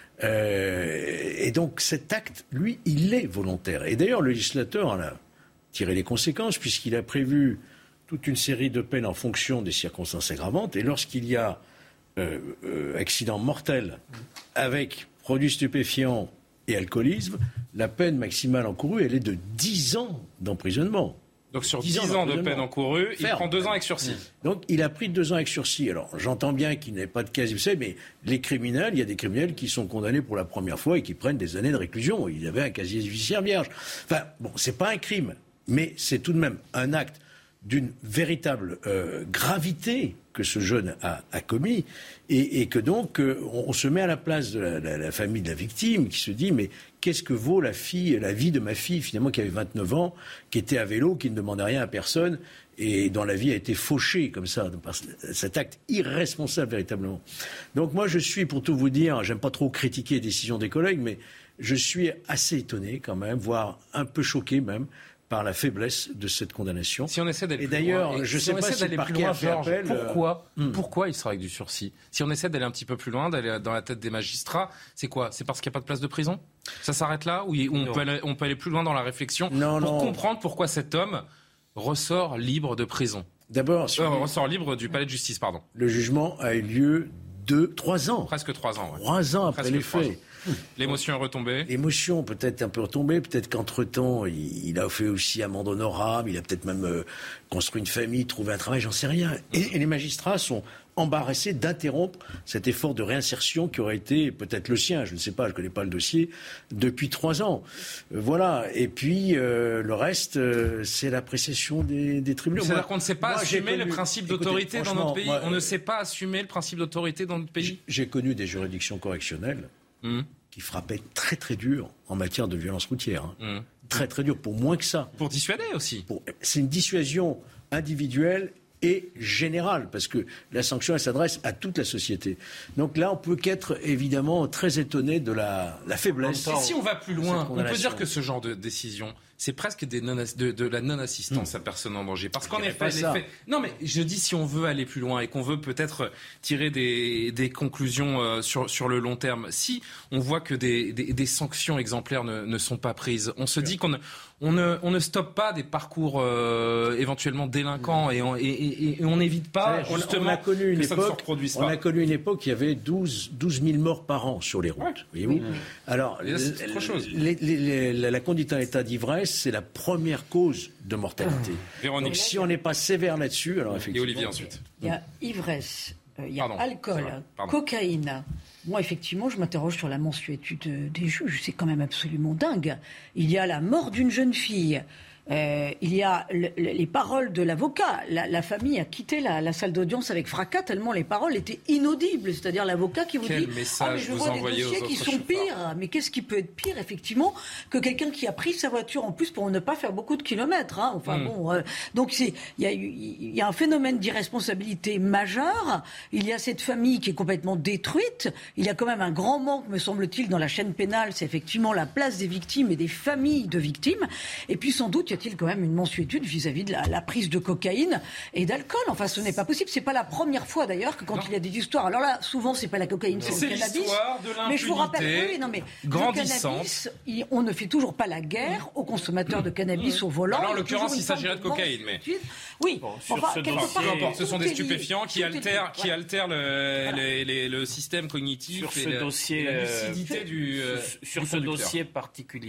Euh, et donc cet acte, lui, il est volontaire. Et d'ailleurs, le législateur en a tiré les conséquences, puisqu'il a prévu toute une série de peines en fonction des circonstances aggravantes. Et lorsqu'il y a euh, euh, accident mortel avec produits stupéfiants et alcoolisme, la peine maximale encourue, elle est de dix ans d'emprisonnement. Donc sur dix ans de peine encourue, il prend deux ans avec sursis. Donc il a pris deux ans avec sursis. Alors j'entends bien qu'il n'ait pas de casier, vous savez, mais les criminels, il y a des criminels qui sont condamnés pour la première fois et qui prennent des années de réclusion. Il avait un casier judiciaire vierge. Enfin, bon, c'est pas un crime, mais c'est tout de même un acte d'une véritable euh, gravité que ce jeune a, a commis, et, et que donc euh, on, on se met à la place de la, la, la famille de la victime qui se dit mais qu'est-ce que vaut la fille, la vie de ma fille finalement qui avait vingt-neuf ans, qui était à vélo, qui ne demandait rien à personne et dont la vie a été fauchée comme ça par cet acte irresponsable véritablement. Donc moi je suis, pour tout vous dire, j'aime pas trop critiquer les décisions des collègues, mais je suis assez étonné quand même, voire un peu choqué même, par la faiblesse de cette condamnation. Si on essaie d'aller et plus d'ailleurs, loin, et je ne si sais on pas essaie si d'aller par plus quel loin, Georges, appel, pourquoi, euh, pourquoi il sera avec du sursis ? Si on essaie d'aller un petit peu plus loin, d'aller dans la tête des magistrats, c'est quoi ? C'est parce qu'il n'y a pas de place de prison ? Ça s'arrête là ? Ou on peut, aller, on peut aller plus loin dans la réflexion non, pour non. comprendre pourquoi cet homme ressort libre de prison ? D'abord, euh, ressort libre du palais de justice, pardon. Le jugement a eu lieu deux, trois ans. Presque trois ans. Ouais. Trois ans après Presque les faits. L'émotion est retombée. L'émotion peut-être un peu retombée. Peut-être qu'entre-temps, il, il a fait aussi amende honorable. Il a peut-être même euh, construit une famille, trouvé un travail, j'en sais rien. Et, et les magistrats sont embarrassés d'interrompre cet effort de réinsertion qui aurait été peut-être le sien, je ne sais pas, je ne connais pas le dossier, depuis trois ans. Euh, voilà. Et puis, euh, le reste, euh, c'est l'appréciation des, des tribunaux. C'est-à-dire qu'on ne sait pas moi, assumer connu... le principe d'autorité Écoutez, dans notre pays. moi, On ne sait pas assumer le principe d'autorité dans notre pays. J'ai connu des juridictions correctionnelles mmh. qui frappaient très très dur en matière de violence routière. Hein. Mmh. Très très dur, pour moins que ça. Pour dissuader aussi. Pour... C'est une dissuasion individuelle et générale, parce que la sanction, elle s'adresse à toute la société. Donc là, on peut qu'être évidemment très étonné de la, la faiblesse. Et si on va plus loin, on peut dire que ce genre de décision, c'est presque des non de, de la non-assistance mmh. à personne en danger. Parce qu'en effet, les faits... Non, mais je dis si on veut aller plus loin et qu'on veut peut-être tirer des, des conclusions euh, sur, sur le long terme, si on voit que des, des, des sanctions exemplaires ne, ne sont pas prises, on se dit qu'on ne, on ne, on ne stoppe pas des parcours euh, éventuellement délinquants et on, et, et, et on n'évite pas on, justement on a connu une que époque, ça ne se reproduise pas. On a connu une époque où il y avait douze mille morts par an sur les routes. Ouais. Voyez-vous. Mmh. Alors, là, c'est autre chose. Les, les, les, la, la conduite en état d'ivresse, c'est la première cause de mortalité. Mmh. Véronique. Donc, si on n'est pas sévère là-dessus, alors effectivement. Et Olivier ensuite. Il y a ivresse, euh, il y a Pardon. alcool, cocaïne. Moi, effectivement, je m'interroge sur la mansuétude des juges. C'est quand même absolument dingue. Il y a la mort d'une jeune fille. Euh, il y a le, le, les paroles de l'avocat. La, la famille a quitté la, la salle d'audience avec fracas tellement les paroles étaient inaudibles. C'est-à-dire l'avocat qui vous Quel dit « Ah, mais je vois des dossiers qui sont pires. » Mais qu'est-ce qui peut être pire, effectivement, que quelqu'un qui a pris sa voiture en plus pour ne pas faire beaucoup de kilomètres, hein. Enfin mmh. bon, euh, donc c'est il y a il y a un phénomène d'irresponsabilité majeur. Il y a cette famille qui est complètement détruite. Il y a quand même un grand manque, me semble-t-il, dans la chaîne pénale. C'est effectivement la place des victimes et des familles de victimes. Et puis sans doute y a-t-il quand même une mansuétude vis-à-vis de la, la prise de cocaïne et d'alcool. Enfin, ce n'est pas possible. C'est pas la première fois d'ailleurs que quand non. il y a des histoires. Alors là, souvent, c'est pas la cocaïne, non. c'est le cannabis. De mais je vous rappelle, oui, non, mais grandissante. Le cannabis, il, on ne fait toujours pas la guerre aux consommateurs de cannabis au volant. Alors, en l'occurrence, il s'agirait de cocaïne, mais oui. Bon, sur enfin, ce quelque dossier, part, importe, ce sont des stupéfiants qui altèrent, qui altèrent le, voilà. les, les, le système cognitif sur et ce la, dossier, et la lucidité euh, du sur, sur du ce dossier particulier.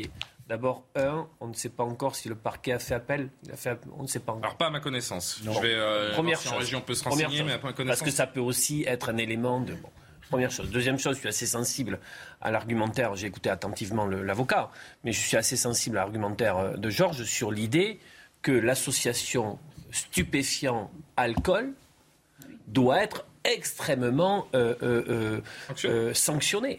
D'abord, un, on ne sait pas encore si le parquet a fait appel. Il a fait, on ne sait pas encore. Alors, pas à ma connaissance. Non. Je vais, euh, Première voir si chose. en région on peut se renseigner, mais à ma connaissance. Parce que ça peut aussi être un élément de... Bon. Première chose. Deuxième chose, je suis assez sensible à l'argumentaire. J'ai écouté attentivement le, l'avocat, mais je suis assez sensible à l'argumentaire de Georges sur l'idée que l'association stupéfiant-alcool doit être extrêmement euh, euh, euh, sanctionnée.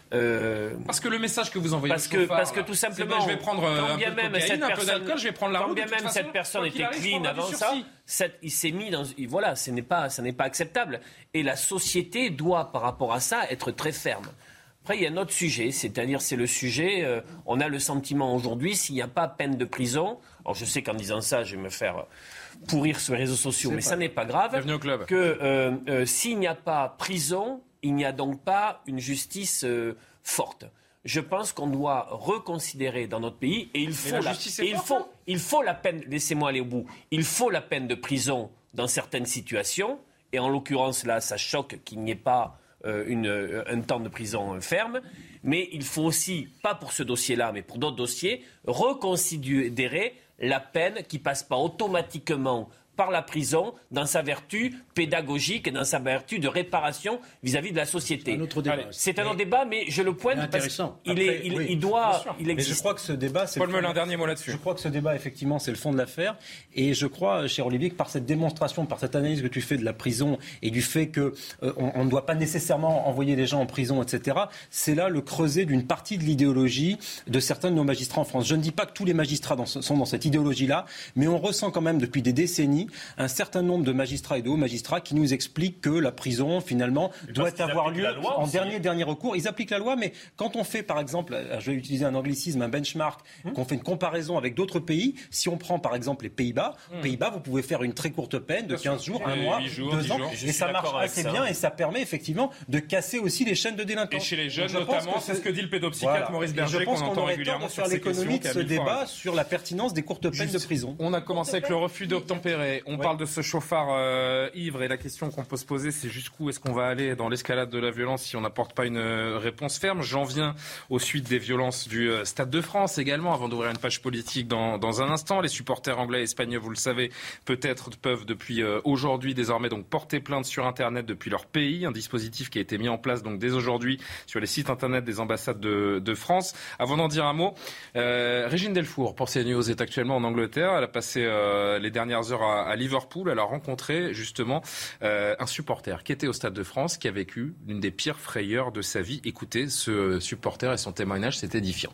Euh, parce que le message que vous envoyez parce que, parce que tout simplement, je vais prendre un bien peu même de cocaïne, cette un peu personne, d'alcool, je vais prendre la route. Quand bien de toute même façon, cette personne était arrive, clean avant ça, cette, il s'est mis dans, voilà, ce n'est pas, ce n'est pas acceptable. Et la société doit, par rapport à ça, être très ferme. Après, il y a un autre sujet, c'est-à-dire c'est le sujet. Euh, on a le sentiment aujourd'hui, s'il n'y a pas peine de prison. Alors, je sais qu'en disant ça, je vais me faire pourrir sur les réseaux sociaux, c'est mais ça n'est pas grave. Bienvenue au club. Que euh, euh, s'il n'y a pas prison, il n'y a donc pas une justice euh, forte. Je pense qu'on doit reconsidérer dans notre pays, et il faut, la, la, et il faut, il faut la peine, laissez-moi aller au bout, il faut la peine de prison dans certaines situations, et en l'occurrence là, ça choque qu'il n'y ait pas euh, une, un temps de prison ferme, mais il faut aussi, pas pour ce dossier-là, mais pour d'autres dossiers, reconsidérer la peine qui passe pas automatiquement par la prison dans sa vertu pédagogique et dans sa vertu de réparation vis-à-vis de la société. C'est un autre débat. Allez, c'est un autre débat, mais je le pointe parce qu'il est, il, oui, il doit, il existe. Mais je crois que ce débat, c'est Paul Meulin, un dernier mot là-dessus. Je crois que ce débat, effectivement, c'est le fond de l'affaire. Et je crois, cher Olivier, que par cette démonstration, par cette analyse que tu fais de la prison et du fait que euh, on, on ne doit pas nécessairement envoyer les gens en prison, et cetera. C'est là le creuset d'une partie de l'idéologie de certains de nos magistrats en France. Je ne dis pas que tous les magistrats dans ce, sont dans cette idéologie-là, mais on ressent quand même depuis des décennies un certain nombre de magistrats et de hauts magistrats qui nous expliquent que la prison, finalement, mais doit avoir lieu en aussi. dernier, dernier recours. Ils appliquent la loi, mais quand on fait, par exemple, je vais utiliser un anglicisme, un benchmark, mmh. qu'on fait une comparaison avec d'autres pays, si on prend, par exemple, les Pays-Bas, mmh. aux Pays-Bas, vous pouvez faire une très courte peine de quinze jours, un mois, jours, deux ans, jours. et ça marche assez ça. bien, et ça permet, effectivement, de casser aussi les chaînes de délinquance. Et chez les jeunes, notamment, c'est ce que dit le pédopsychiatre voilà. Maurice Berger, qu'on entend régulièrement sur ces questions. Je pense qu'on aurait tort de faire l'économie de ce débat sur la pertinence des courtes peines de prison. On a commencé avec le refus d'obtempérer. On parle de ce chauffard euh, ivre et la question qu'on peut se poser, c'est jusqu'où est-ce qu'on va aller dans l'escalade de la violence si on n'apporte pas une euh, réponse ferme. J'en viens aux suites des violences du euh, Stade de France également, avant d'ouvrir une page politique dans, dans un instant. Les supporters anglais et espagnols, vous le savez, peut-être peuvent depuis euh, aujourd'hui désormais donc porter plainte sur Internet depuis leur pays. Un dispositif qui a été mis en place donc dès aujourd'hui sur les sites Internet des ambassades de, de France. Avant d'en dire un mot, euh, Régine Delfour pour CNews est actuellement en Angleterre. Elle a passé euh, les dernières heures à, à Liverpool. Elle a rencontré justement euh, un supporter qui était au Stade de France, qui a vécu l'une des pires frayeurs de sa vie. Écoutez, ce supporter et son témoignage, c'est édifiant.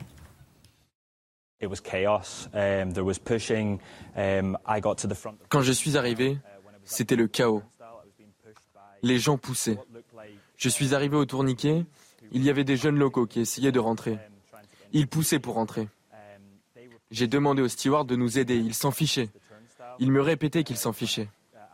Quand je suis arrivé, c'était le chaos. Les gens poussaient. Je suis arrivé au tourniquet, il y avait des jeunes locaux qui essayaient de rentrer. Ils poussaient pour rentrer. J'ai demandé au steward de nous aider, il s'en fichait. Il me répétait qu'il s'en fichait.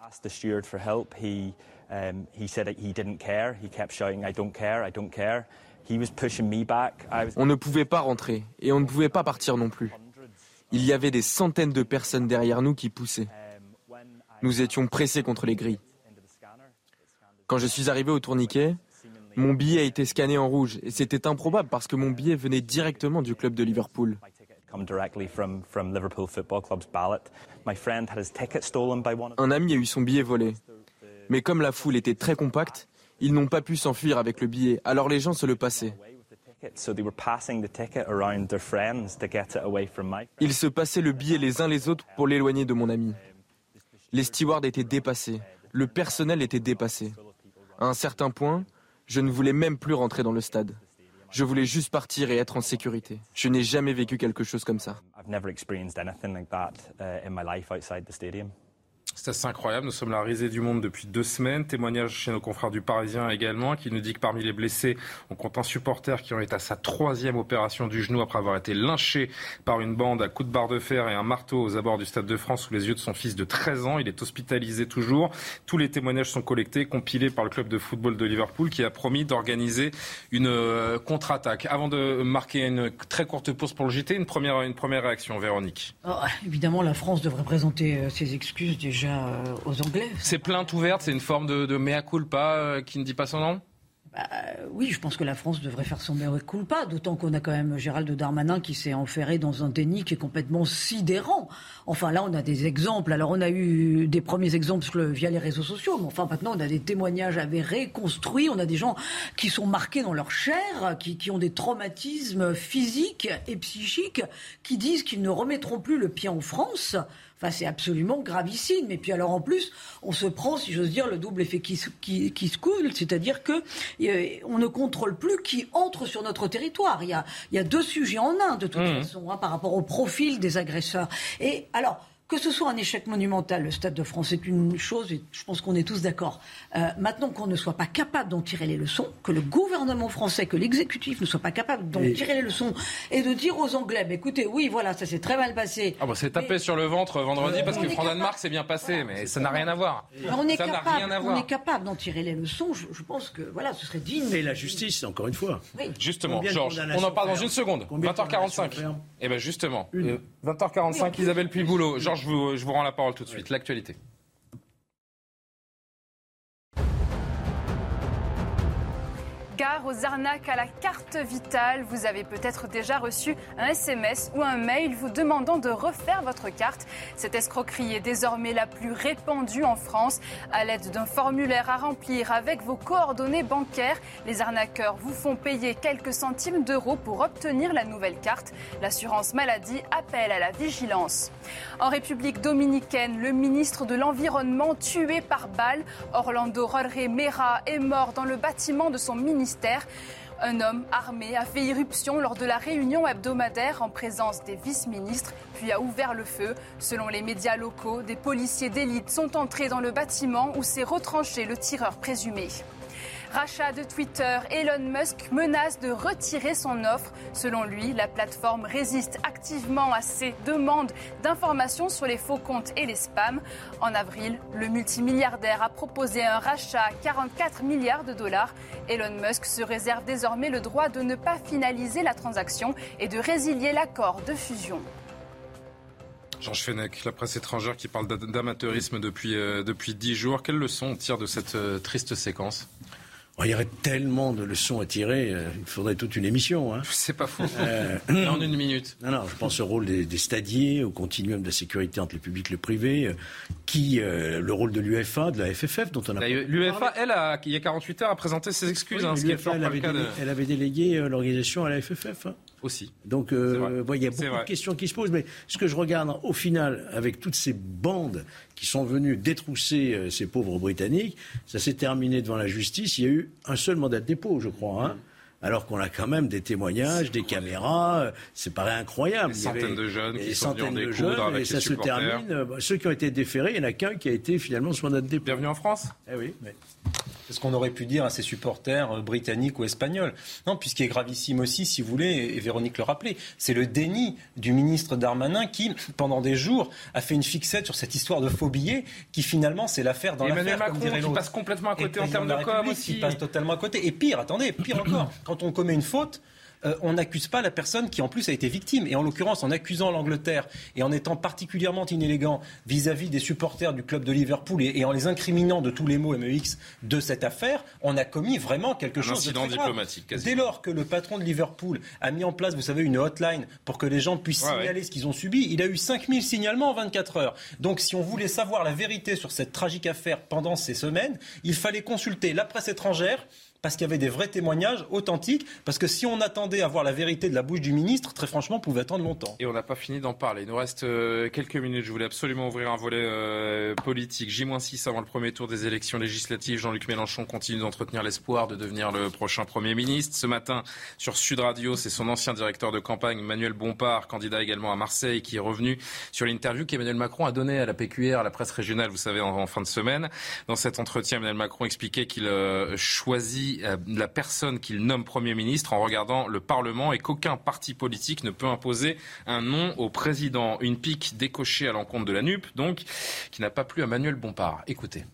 On ne pouvait pas rentrer et on ne pouvait pas partir non plus. Il y avait des centaines de personnes derrière nous qui poussaient. Nous étions pressés contre les grilles. Quand je suis arrivé au tourniquet, mon billet a été scanné en rouge et c'était improbable parce que mon billet venait directement du club de Liverpool. Un ami a eu son billet volé. Mais comme la foule était très compacte, ils n'ont pas pu s'enfuir avec le billet, alors les gens se le passaient. Ils se passaient le billet les uns les autres pour l'éloigner de mon ami. Les stewards étaient dépassés, le personnel était dépassé. À un certain point, je ne voulais même plus rentrer dans le stade. Je voulais juste partir et être en sécurité. Je n'ai jamais vécu quelque chose comme ça. C'est assez incroyable, nous sommes la risée du monde depuis deux semaines. Témoignage chez nos confrères du Parisien également, qui nous dit que parmi les blessés, on compte un supporter qui en est à sa troisième opération du genou après avoir été lynché par une bande à coups de barre de fer et un marteau aux abords du Stade de France sous les yeux de son fils de treize ans. Il est hospitalisé toujours. Tous les témoignages sont collectés, compilés par le club de football de Liverpool qui a promis d'organiser une euh, contre-attaque. Avant de marquer une très courte pause pour le J T, une première, une première réaction, Véronique. Oh, évidemment, la France devrait présenter euh, ses excuses déjà aux Anglais. C'est plainte ouverte, c'est une forme de, de mea culpa euh, qui ne dit pas son nom ? Bah, oui, je pense que la France devrait faire son mea culpa, d'autant qu'on a quand même Gérald Darmanin qui s'est enferré dans un déni qui est complètement sidérant. Enfin, là, on a des exemples. Alors, on a eu des premiers exemples via les réseaux sociaux, mais enfin, maintenant, on a des témoignages avérés, construits. On a des gens qui sont marqués dans leur chair, qui, qui ont des traumatismes physiques et psychiques, qui disent qu'ils ne remettront plus le pied en France. Enfin, c'est absolument gravissime. Et puis alors, en plus, on se prend, si j'ose dire, le double effet qui, qui, qui se coule, c'est-à-dire que euh, on ne contrôle plus qui entre sur notre territoire. Il y a, il y a deux sujets en un, de toute mmh. façon, hein, par rapport au profil des agresseurs. Et alors... Que ce soit un échec monumental, le Stade de France, c'est une chose, et je pense qu'on est tous d'accord. Euh, maintenant qu'on ne soit pas capable d'en tirer les leçons, que le gouvernement français, que l'exécutif ne soit pas capable d'en et... tirer les leçons, et de dire aux Anglais, mais écoutez, oui, voilà, ça s'est très mal passé. Ah bon, c'est tapé mais... sur le ventre vendredi euh, parce que France-Danemark s'est bien passé, voilà, mais ça n'a rien à voir. On est, ça capable, n'a rien à voir. On est capable d'en tirer les leçons, je, je pense que voilà, ce serait digne. Et la justice, encore une fois. Oui. Justement, Georges, on en parle dans une seconde. vingt heures quarante-cinq. Et bien justement, euh, vingt heures quarante-cinq, oui, Isabelle Piboulot. Georges, je vous, je vous rends la parole tout de suite. L'actualité. Gare aux arnaques à la carte vitale. Vous avez peut-être déjà reçu un S M S ou un mail vous demandant de refaire votre carte. Cette escroquerie est désormais la plus répandue en France. À l'aide d'un formulaire à remplir avec vos coordonnées bancaires, les arnaqueurs vous font payer quelques centimes d'euros pour obtenir la nouvelle carte. L'assurance maladie appelle à la vigilance. En République dominicaine, le ministre de l'Environnement tué par balle. Orlando Jorge Mera est mort dans le bâtiment de son ministère. Un homme armé a fait irruption lors de la réunion hebdomadaire en présence des vice-ministres, puis a ouvert le feu. Selon les médias locaux, des policiers d'élite sont entrés dans le bâtiment où s'est retranché le tireur présumé. Rachat de Twitter, Elon Musk menace de retirer son offre. Selon lui, la plateforme résiste activement à ses demandes d'informations sur les faux comptes et les spams. En avril, le multimilliardaire a proposé un rachat à quarante-quatre milliards de dollars. Elon Musk se réserve désormais le droit de ne pas finaliser la transaction et de résilier l'accord de fusion. Georges Fenech, la presse étrangère qui parle d'amateurisme depuis, euh, depuis dix jours. Quelle leçon on tire de cette euh, triste séquence ? Oh, il y aurait tellement de leçons à tirer, euh, il faudrait toute une émission. Hein. C'est pas faux. Euh, en une minute. Non, non, je pense au rôle des, des stadiers, au continuum de la sécurité entre le public et le privé, euh, qui, euh, le rôle de l'U F A, de la F F F, dont on a... L'U F A, elle, a, il y a quarante-huit heures, a présenté ses excuses. Oui, hein, ce qui est fort elle, avait délé... de... elle avait délégué euh, l'organisation à la F F F. Hein. Aussi. Donc, euh, bon, il y a beaucoup de questions qui se posent, mais ce que je regarde au final, avec toutes ces bandes qui sont venues détrousser euh, ces pauvres Britanniques, ça s'est terminé devant la justice. Il y a eu un seul mandat de dépôt, je crois. Hein. Alors qu'on a quand même des témoignages, des caméras, c'est paraît incroyable. Des centaines de jeunes qui sont venus en de découdre jeunes, avec et ça les se supporters. termine. Bah, ceux qui ont été déférés, il n'y en a qu'un qui a été finalement ce mandat de dépôt. Bienvenue en France. Eh oui. Mais... C'est ce qu'on aurait pu dire à ses supporters britanniques ou espagnols. Non, puis ce qui est gravissime aussi, si vous voulez, et Véronique le rappelait, c'est le déni du ministre Darmanin qui, pendant des jours, a fait une fixette sur cette histoire de faux billets qui finalement c'est l'affaire dans l'affaire. Emmanuel Macron qui passe complètement à côté en termes de com aussi. Qui passe totalement à côté. Et pire, attendez, pire encore, quand on commet une faute, Euh, on n'accuse pas la personne qui en plus a été victime. Et en l'occurrence, en accusant l'Angleterre et en étant particulièrement inélégant vis-à-vis des supporters du club de Liverpool et, et en les incriminant de tous les mots M E X de cette affaire, on a commis vraiment quelque Un chose de très grave. diplomatique, quasi. Dès lors que le patron de Liverpool a mis en place, vous savez, une hotline pour que les gens puissent ouais, signaler ouais. ce qu'ils ont subi, il a eu cinq mille signalements en vingt-quatre heures. Donc si on voulait savoir la vérité sur cette tragique affaire pendant ces semaines, il fallait consulter la presse étrangère, parce qu'il y avait des vrais témoignages authentiques, parce que si on attendait à voir la vérité de la bouche du ministre, très franchement, on pouvait attendre longtemps. Et on n'a pas fini d'en parler. Il nous reste euh, quelques minutes. Je voulais absolument ouvrir un volet euh, politique. J six avant le premier tour des élections législatives. Jean-Luc Mélenchon continue d'entretenir l'espoir de devenir le prochain Premier ministre. Ce matin, sur Sud Radio, c'est son ancien directeur de campagne, Manuel Bompard, candidat également à Marseille, qui est revenu sur l'interview qu'Emmanuel Macron a donnée à la P Q R, à la presse régionale, vous savez, en, en fin de semaine. Dans cet entretien, Emmanuel Macron expliquait qu'il euh, choisit la personne qu'il nomme Premier ministre en regardant le Parlement et qu'aucun parti politique ne peut imposer un nom au président. Une pique décochée à l'encontre de la N U P, donc, qui n'a pas plu à Manuel Bompard. Écoutez.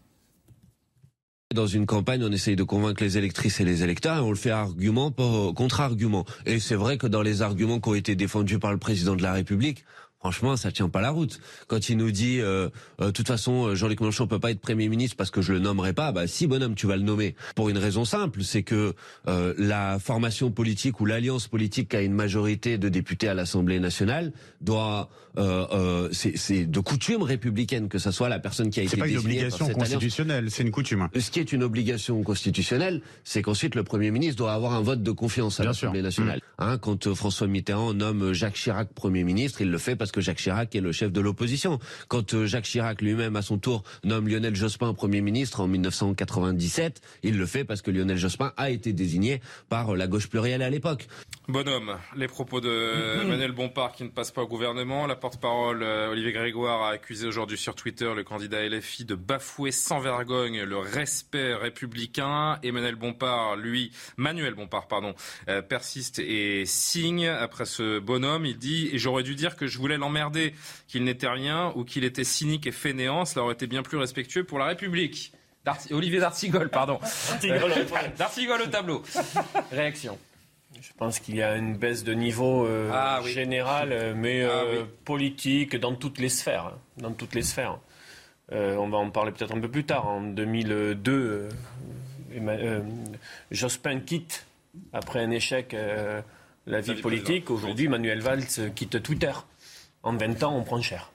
Dans une campagne, on essaye de convaincre les électrices et les électeurs et on le fait argument contre argument. Et c'est vrai que dans les arguments qui ont été défendus par le président de la République, Franchement, ça tient pas la route. Quand il nous dit, euh, euh, de toute façon, Jean-Luc Mélenchon peut pas être Premier ministre parce que je le nommerai pas, bah si, bonhomme, tu vas le nommer. Pour une raison simple, c'est que euh, la formation politique ou l'alliance politique qui a une majorité de députés à l'Assemblée nationale doit, euh, euh, c'est, c'est de coutume républicaine que ça soit la personne qui a été désignée par cette alliance. C'est pas une obligation constitutionnelle, c'est une coutume. Ce qui est une obligation constitutionnelle, c'est qu'ensuite le Premier ministre doit avoir un vote de confiance à Bien l'Assemblée sûr. nationale. Mmh. Hein, quand euh, François Mitterrand nomme Jacques Chirac Premier ministre, il le fait parce que Jacques Chirac est le chef de l'opposition. Quand euh, Jacques Chirac lui-même, à son tour, nomme Lionel Jospin Premier ministre en dix-neuf cent quatre-vingt-dix-sept, il le fait parce que Lionel Jospin a été désigné par euh, la gauche plurielle à l'époque. Bonhomme, les propos de Emmanuel Bompard qui ne passe pas au gouvernement. La porte-parole euh, Olivier Grégoire a accusé aujourd'hui sur Twitter le candidat L F I de bafouer sans vergogne le respect républicain. Emmanuel Bompard, lui, Manuel Bompard, pardon, euh, persiste et signe. Après ce bonhomme, il dit « J'aurais dû dire que je voulais l'emmerder, qu'il n'était rien ou qu'il était cynique et fainéant. Cela aurait été bien plus respectueux pour la République. » Darty, Olivier D'Artigol, pardon. D'Artigol, D'Artigol au tableau. Réaction. Je pense qu'il y a une baisse de niveau euh, ah, oui. générale, mais ah, euh, oui. politique dans toutes les sphères. Dans toutes les sphères. Euh, on va en parler peut-être un peu plus tard. En deux mille deux, euh, euh, Jospin quitte, après un échec, euh, la vie politique. Aujourd'hui, Manuel Valls quitte Twitter. En vingt ans, on prend cher.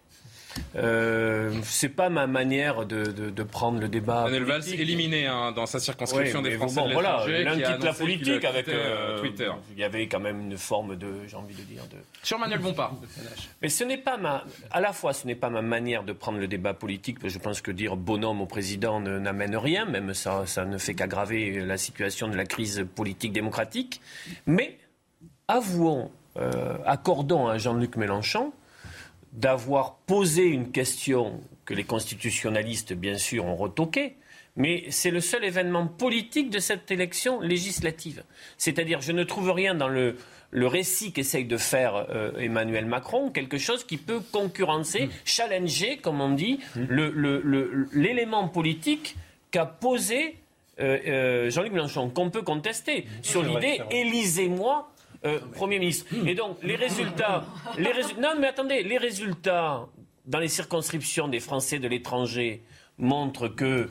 Euh, c'est pas ma manière de, de, de prendre le débat. Manuel Valls éliminé hein, dans sa circonscription oui, des Français bon, de voilà, l'étranger. L'un qui a quitte la politique avec euh, Twitter. Il y avait quand même une forme de, j'ai envie de dire, de. Sur Manuel Bompard. Mais ce n'est pas ma, à la fois, ce n'est pas ma manière de prendre le débat politique. Parce que je pense que dire bonhomme au président ne, n'amène rien, même ça, ça ne fait qu'aggraver la situation de la crise politique démocratique. Mais avouons, euh, accordons à Jean-Luc Mélenchon d'avoir posé une question que les constitutionnalistes, bien sûr, ont retoquée, mais c'est le seul événement politique de cette élection législative. C'est-à-dire, je ne trouve rien dans le, le récit qu'essaye de faire euh, Emmanuel Macron, quelque chose qui peut concurrencer, mmh. challenger, comme on dit, mmh. le, le, le, l'élément politique qu'a posé euh, euh, Jean-Luc Mélenchon, qu'on peut contester, mmh. sur l'idée « élisez-moi ». Euh, Premier ministre. Et donc, les résultats... Les résu- non, mais attendez, les résultats dans les circonscriptions des Français de l'étranger montrent que euh,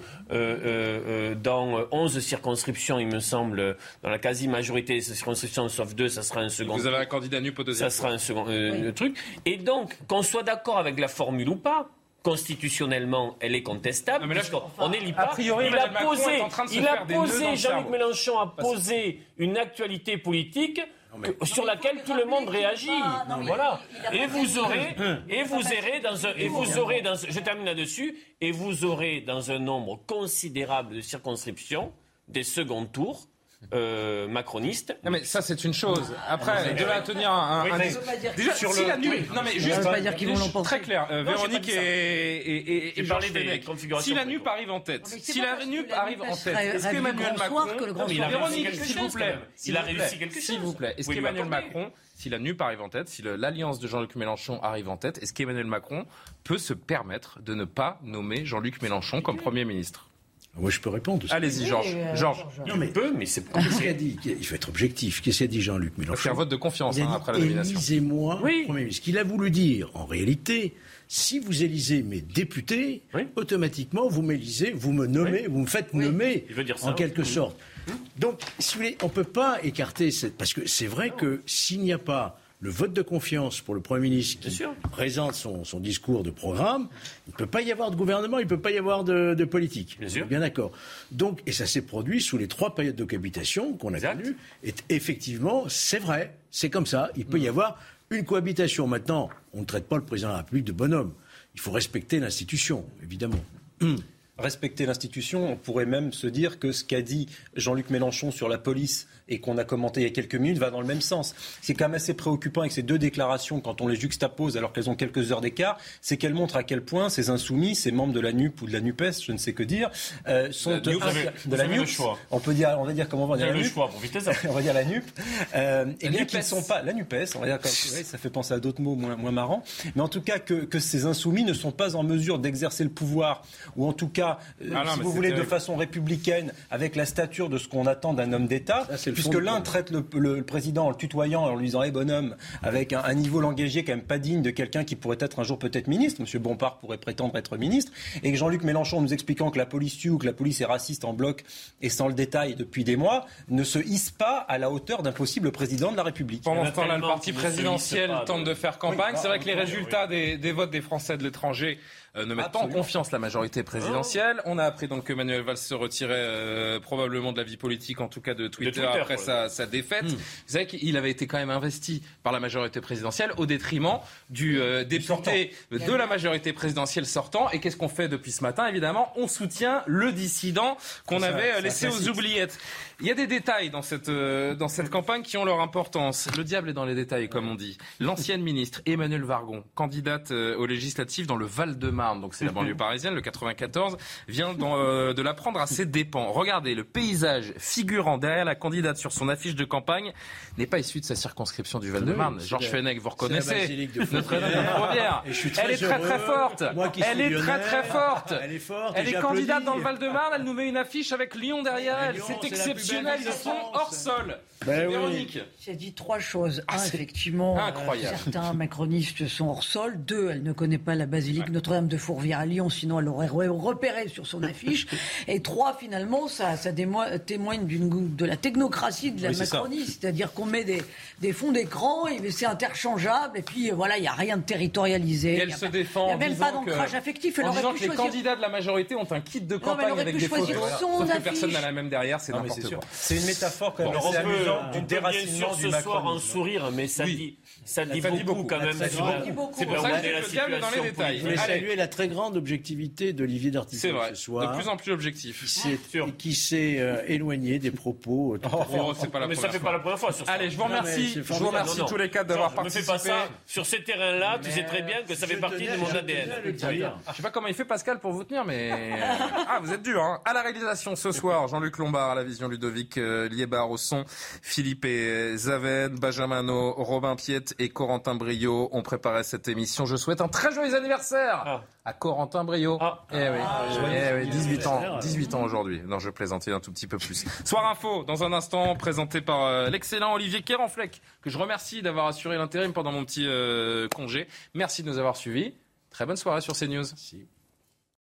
euh, dans onze circonscriptions, il me semble, dans la quasi-majorité des circonscriptions, sauf deux, ça sera un second... Vous avez un candidat nu au deuxième. Ça sera un second euh, oui. truc. Et donc, qu'on soit d'accord avec la formule ou pas, constitutionnellement, elle est contestable. Non, là, je... On n'élit pas. A priori, il a posé, il a posé Jean-Luc Mélenchon a posé une actualité politique mais... que, sur laquelle tout le monde réagit. Non, non, voilà. Et vous aurez, et vous aurez dans un, et vous aurez dans, je termine là-dessus, et vous aurez dans un nombre considérable de circonscriptions des seconds tours. Euh, macroniste. Non mais ça c'est une chose. Après, de là à tenir un, un, un oui, déjà sur si le... la nuit. Oui. Non mais juste pas dire qu'ils vont l'emporter. Très clair. Euh, non, Véronique et et et, et Georges Fenech. Si la N U P arrive en tête, si la N U P arrive en tête, est-ce qu'Emmanuel Macron, Véronique, s'il vous plaît, il a réussi quelque chose. S'il vous plaît, est-ce qu'Emmanuel Macron, si la N U P arrive en tête, si l'alliance de Jean-Luc Mélenchon arrive en tête, est-ce qu'Emmanuel Macron peut se permettre de ne pas nommer Jean-Luc Mélenchon comme Premier ministre? Moi, je peux répondre. Allez-y, Georges. Oui, euh, Georges. Non, mais peut, mais c'est qu'est-ce qu'il a dit? Il faut être objectif. Qu'est-ce qu'a dit Jean-Luc Mélenchon? C'est un vote de confiance hein, hein, après la nomination. Élisez-moi oui. Premier ministre. Ce qu'il a voulu dire, en réalité, si vous élisez mes députés, oui. automatiquement, vous m'élisez, vous me nommez, oui. vous me faites oui. nommer, Il veut dire ça, en quelque oui. sorte. Donc, si vous voulez, on ne peut pas écarter cette... Parce que c'est vrai que s'il n'y a pas le vote de confiance pour le Premier ministre qui présente son, son discours de programme, il ne peut pas y avoir de gouvernement, il ne peut pas y avoir de, de politique. Bien sûr. Bien d'accord. Donc, et ça s'est produit sous les trois périodes de cohabitation qu'on a connues. Et effectivement, c'est vrai, c'est comme ça. Il peut mmh. y avoir une cohabitation. Maintenant, on ne traite pas le président de la République de bonhomme. Il faut respecter l'institution, évidemment. Mmh. Respecter l'institution, on pourrait même se dire que ce qu'a dit Jean-Luc Mélenchon sur la police et qu'on a commenté il y a quelques minutes va dans le même sens. C'est quand même assez préoccupant avec ces deux déclarations, quand on les juxtapose alors qu'elles ont quelques heures d'écart, c'est qu'elles montrent à quel point ces insoumis, ces membres de la N U P ou de la NUPES, je ne sais que dire, euh, sont la de, vous avez, de la N U P. On peut dire, on va dire comment on va dire la N U P. Choix, bon, on va dire la N U P. Euh, et bien qu'ils ne sont pas la NUPES, on va dire comme, ouais, ça fait penser à d'autres mots moins, moins marrants, mais en tout cas que, que ces insoumis ne sont pas en mesure d'exercer le pouvoir ou en tout cas cas, euh, ah non, si vous voulez, terrible. de façon républicaine, avec la stature de ce qu'on attend d'un homme d'État, ça, puisque l'un traite le, le, le président en le tutoyant, en lui disant « Hé, hey, bonhomme », avec un, un niveau langagier quand même pas digne de quelqu'un qui pourrait être un jour peut-être ministre, M. Bompard pourrait prétendre être ministre, et que Jean-Luc Mélenchon nous expliquant que la police tue ou que la police est raciste en bloc et sans le détail depuis des mois, ne se hisse pas à la hauteur d'un possible président de la République. Pendant ce temps-là, le parti présidentiel tente de faire campagne. Oui, c'est vrai que les résultats oui. des, des votes des Français de l'étranger Euh, ne mettent Absolument. pas en confiance la majorité présidentielle. Oh. On a appris donc que Manuel Valls se retirait euh, probablement de la vie politique, en tout cas de Twitter, de Twitter après ouais. sa, sa défaite. Mm. Vous savez qu'il avait été quand même investi par la majorité présidentielle au détriment du euh, député sortant. de la majorité présidentielle sortant. Et qu'est-ce qu'on fait depuis ce matin ? Évidemment, on soutient le dissident qu'on ça, avait euh, laissé aux oubliettes. Il y a des détails dans cette, euh, dans cette campagne qui ont leur importance. Le diable est dans les détails, comme on dit. L'ancienne ministre Emmanuelle Wargon, candidate euh, aux législatives dans le Val-de-Marne, donc c'est la banlieue parisienne, le quatre-vingt-quatorze, vient dans, euh, de l'apprendre à ses dépens. Regardez, le paysage figurant derrière la candidate sur son affiche de campagne n'est pas issu de sa circonscription du Val-de-Marne. Oui, Georges Fenech, vous reconnaissez, Notre-Dame de Fourvière. Elle est très très forte. Elle est très très forte. Elle est forte. Elle est candidate dans le Val-de-Marne. Elle nous met une affiche avec Lyon derrière elle. C'est exceptionnel. Ils sont hors sol. Ben Véronique. Oui. J'ai dit trois choses. Un, effectivement, euh, certains macronistes sont hors sol. Deux, elle ne connaît pas la basilique ouais. Notre-Dame de Fourvière à Lyon, sinon elle l'aurait repéré sur son affiche. Et trois, finalement, ça, ça témoigne d'une, de la technocratie de la oui, Macronie. C'est C'est-à-dire qu'on met des, des fonds d'écran, et c'est interchangeable, et puis voilà, il n'y a rien de territorialisé. Et elle se défend. Il n'y a même pas d'ancrage affectif. Elle en disant que les choisir... candidats de la majorité ont un kit de campagne non, avec des photos. Sauf que personne n'a la même derrière, c'est non, n'importe quoi. C'est une métaphore quand même. C'est amusant. Du déracinement du macronisme. Ce soir, un sourire, mais ça oui. dit, ça dit, ça beaucoup, dit beaucoup quand même. Ça dit beaucoup. C'est pour ça que le diable dans les détails. Je voulais saluer la très grande objectivité d'Olivier d'Artigol ce soir. C'est vrai, de plus en plus objectif. Qui s'est euh, éloigné des propos. Oh, oh, c'est pas la mais ça fait fois. pas la première fois. Sur ça. Allez, je vous remercie. Je vous remercie tous les quatre d'avoir participé. Ne fais pas ça. Sur ces terrains-là, tu sais très bien que ça fait partie de mon A D N. Je sais pas comment il fait Pascal pour vous tenir, mais ah, vous êtes dur. Hein. À la réalisation ce soir, Jean-Luc Lombard, à la vision Ludovic Liébar au son, Philippe et Zaven, Benjamin No, Robin Piette et Corentin Brio ont préparé cette émission. Je souhaite un très joyeux anniversaire ah. à Corentin Brio. Ah. Eh oui, ah, eh oui dix-huit ans, dix-huit ans aujourd'hui. Non, je plaisantais un tout petit peu plus. Soir Info, dans un instant, présenté par euh, l'excellent Olivier Kéranfleck, que je remercie d'avoir assuré l'intérim pendant mon petit euh, congé. Merci de nous avoir suivis. Très bonne soirée sur CNews. Merci.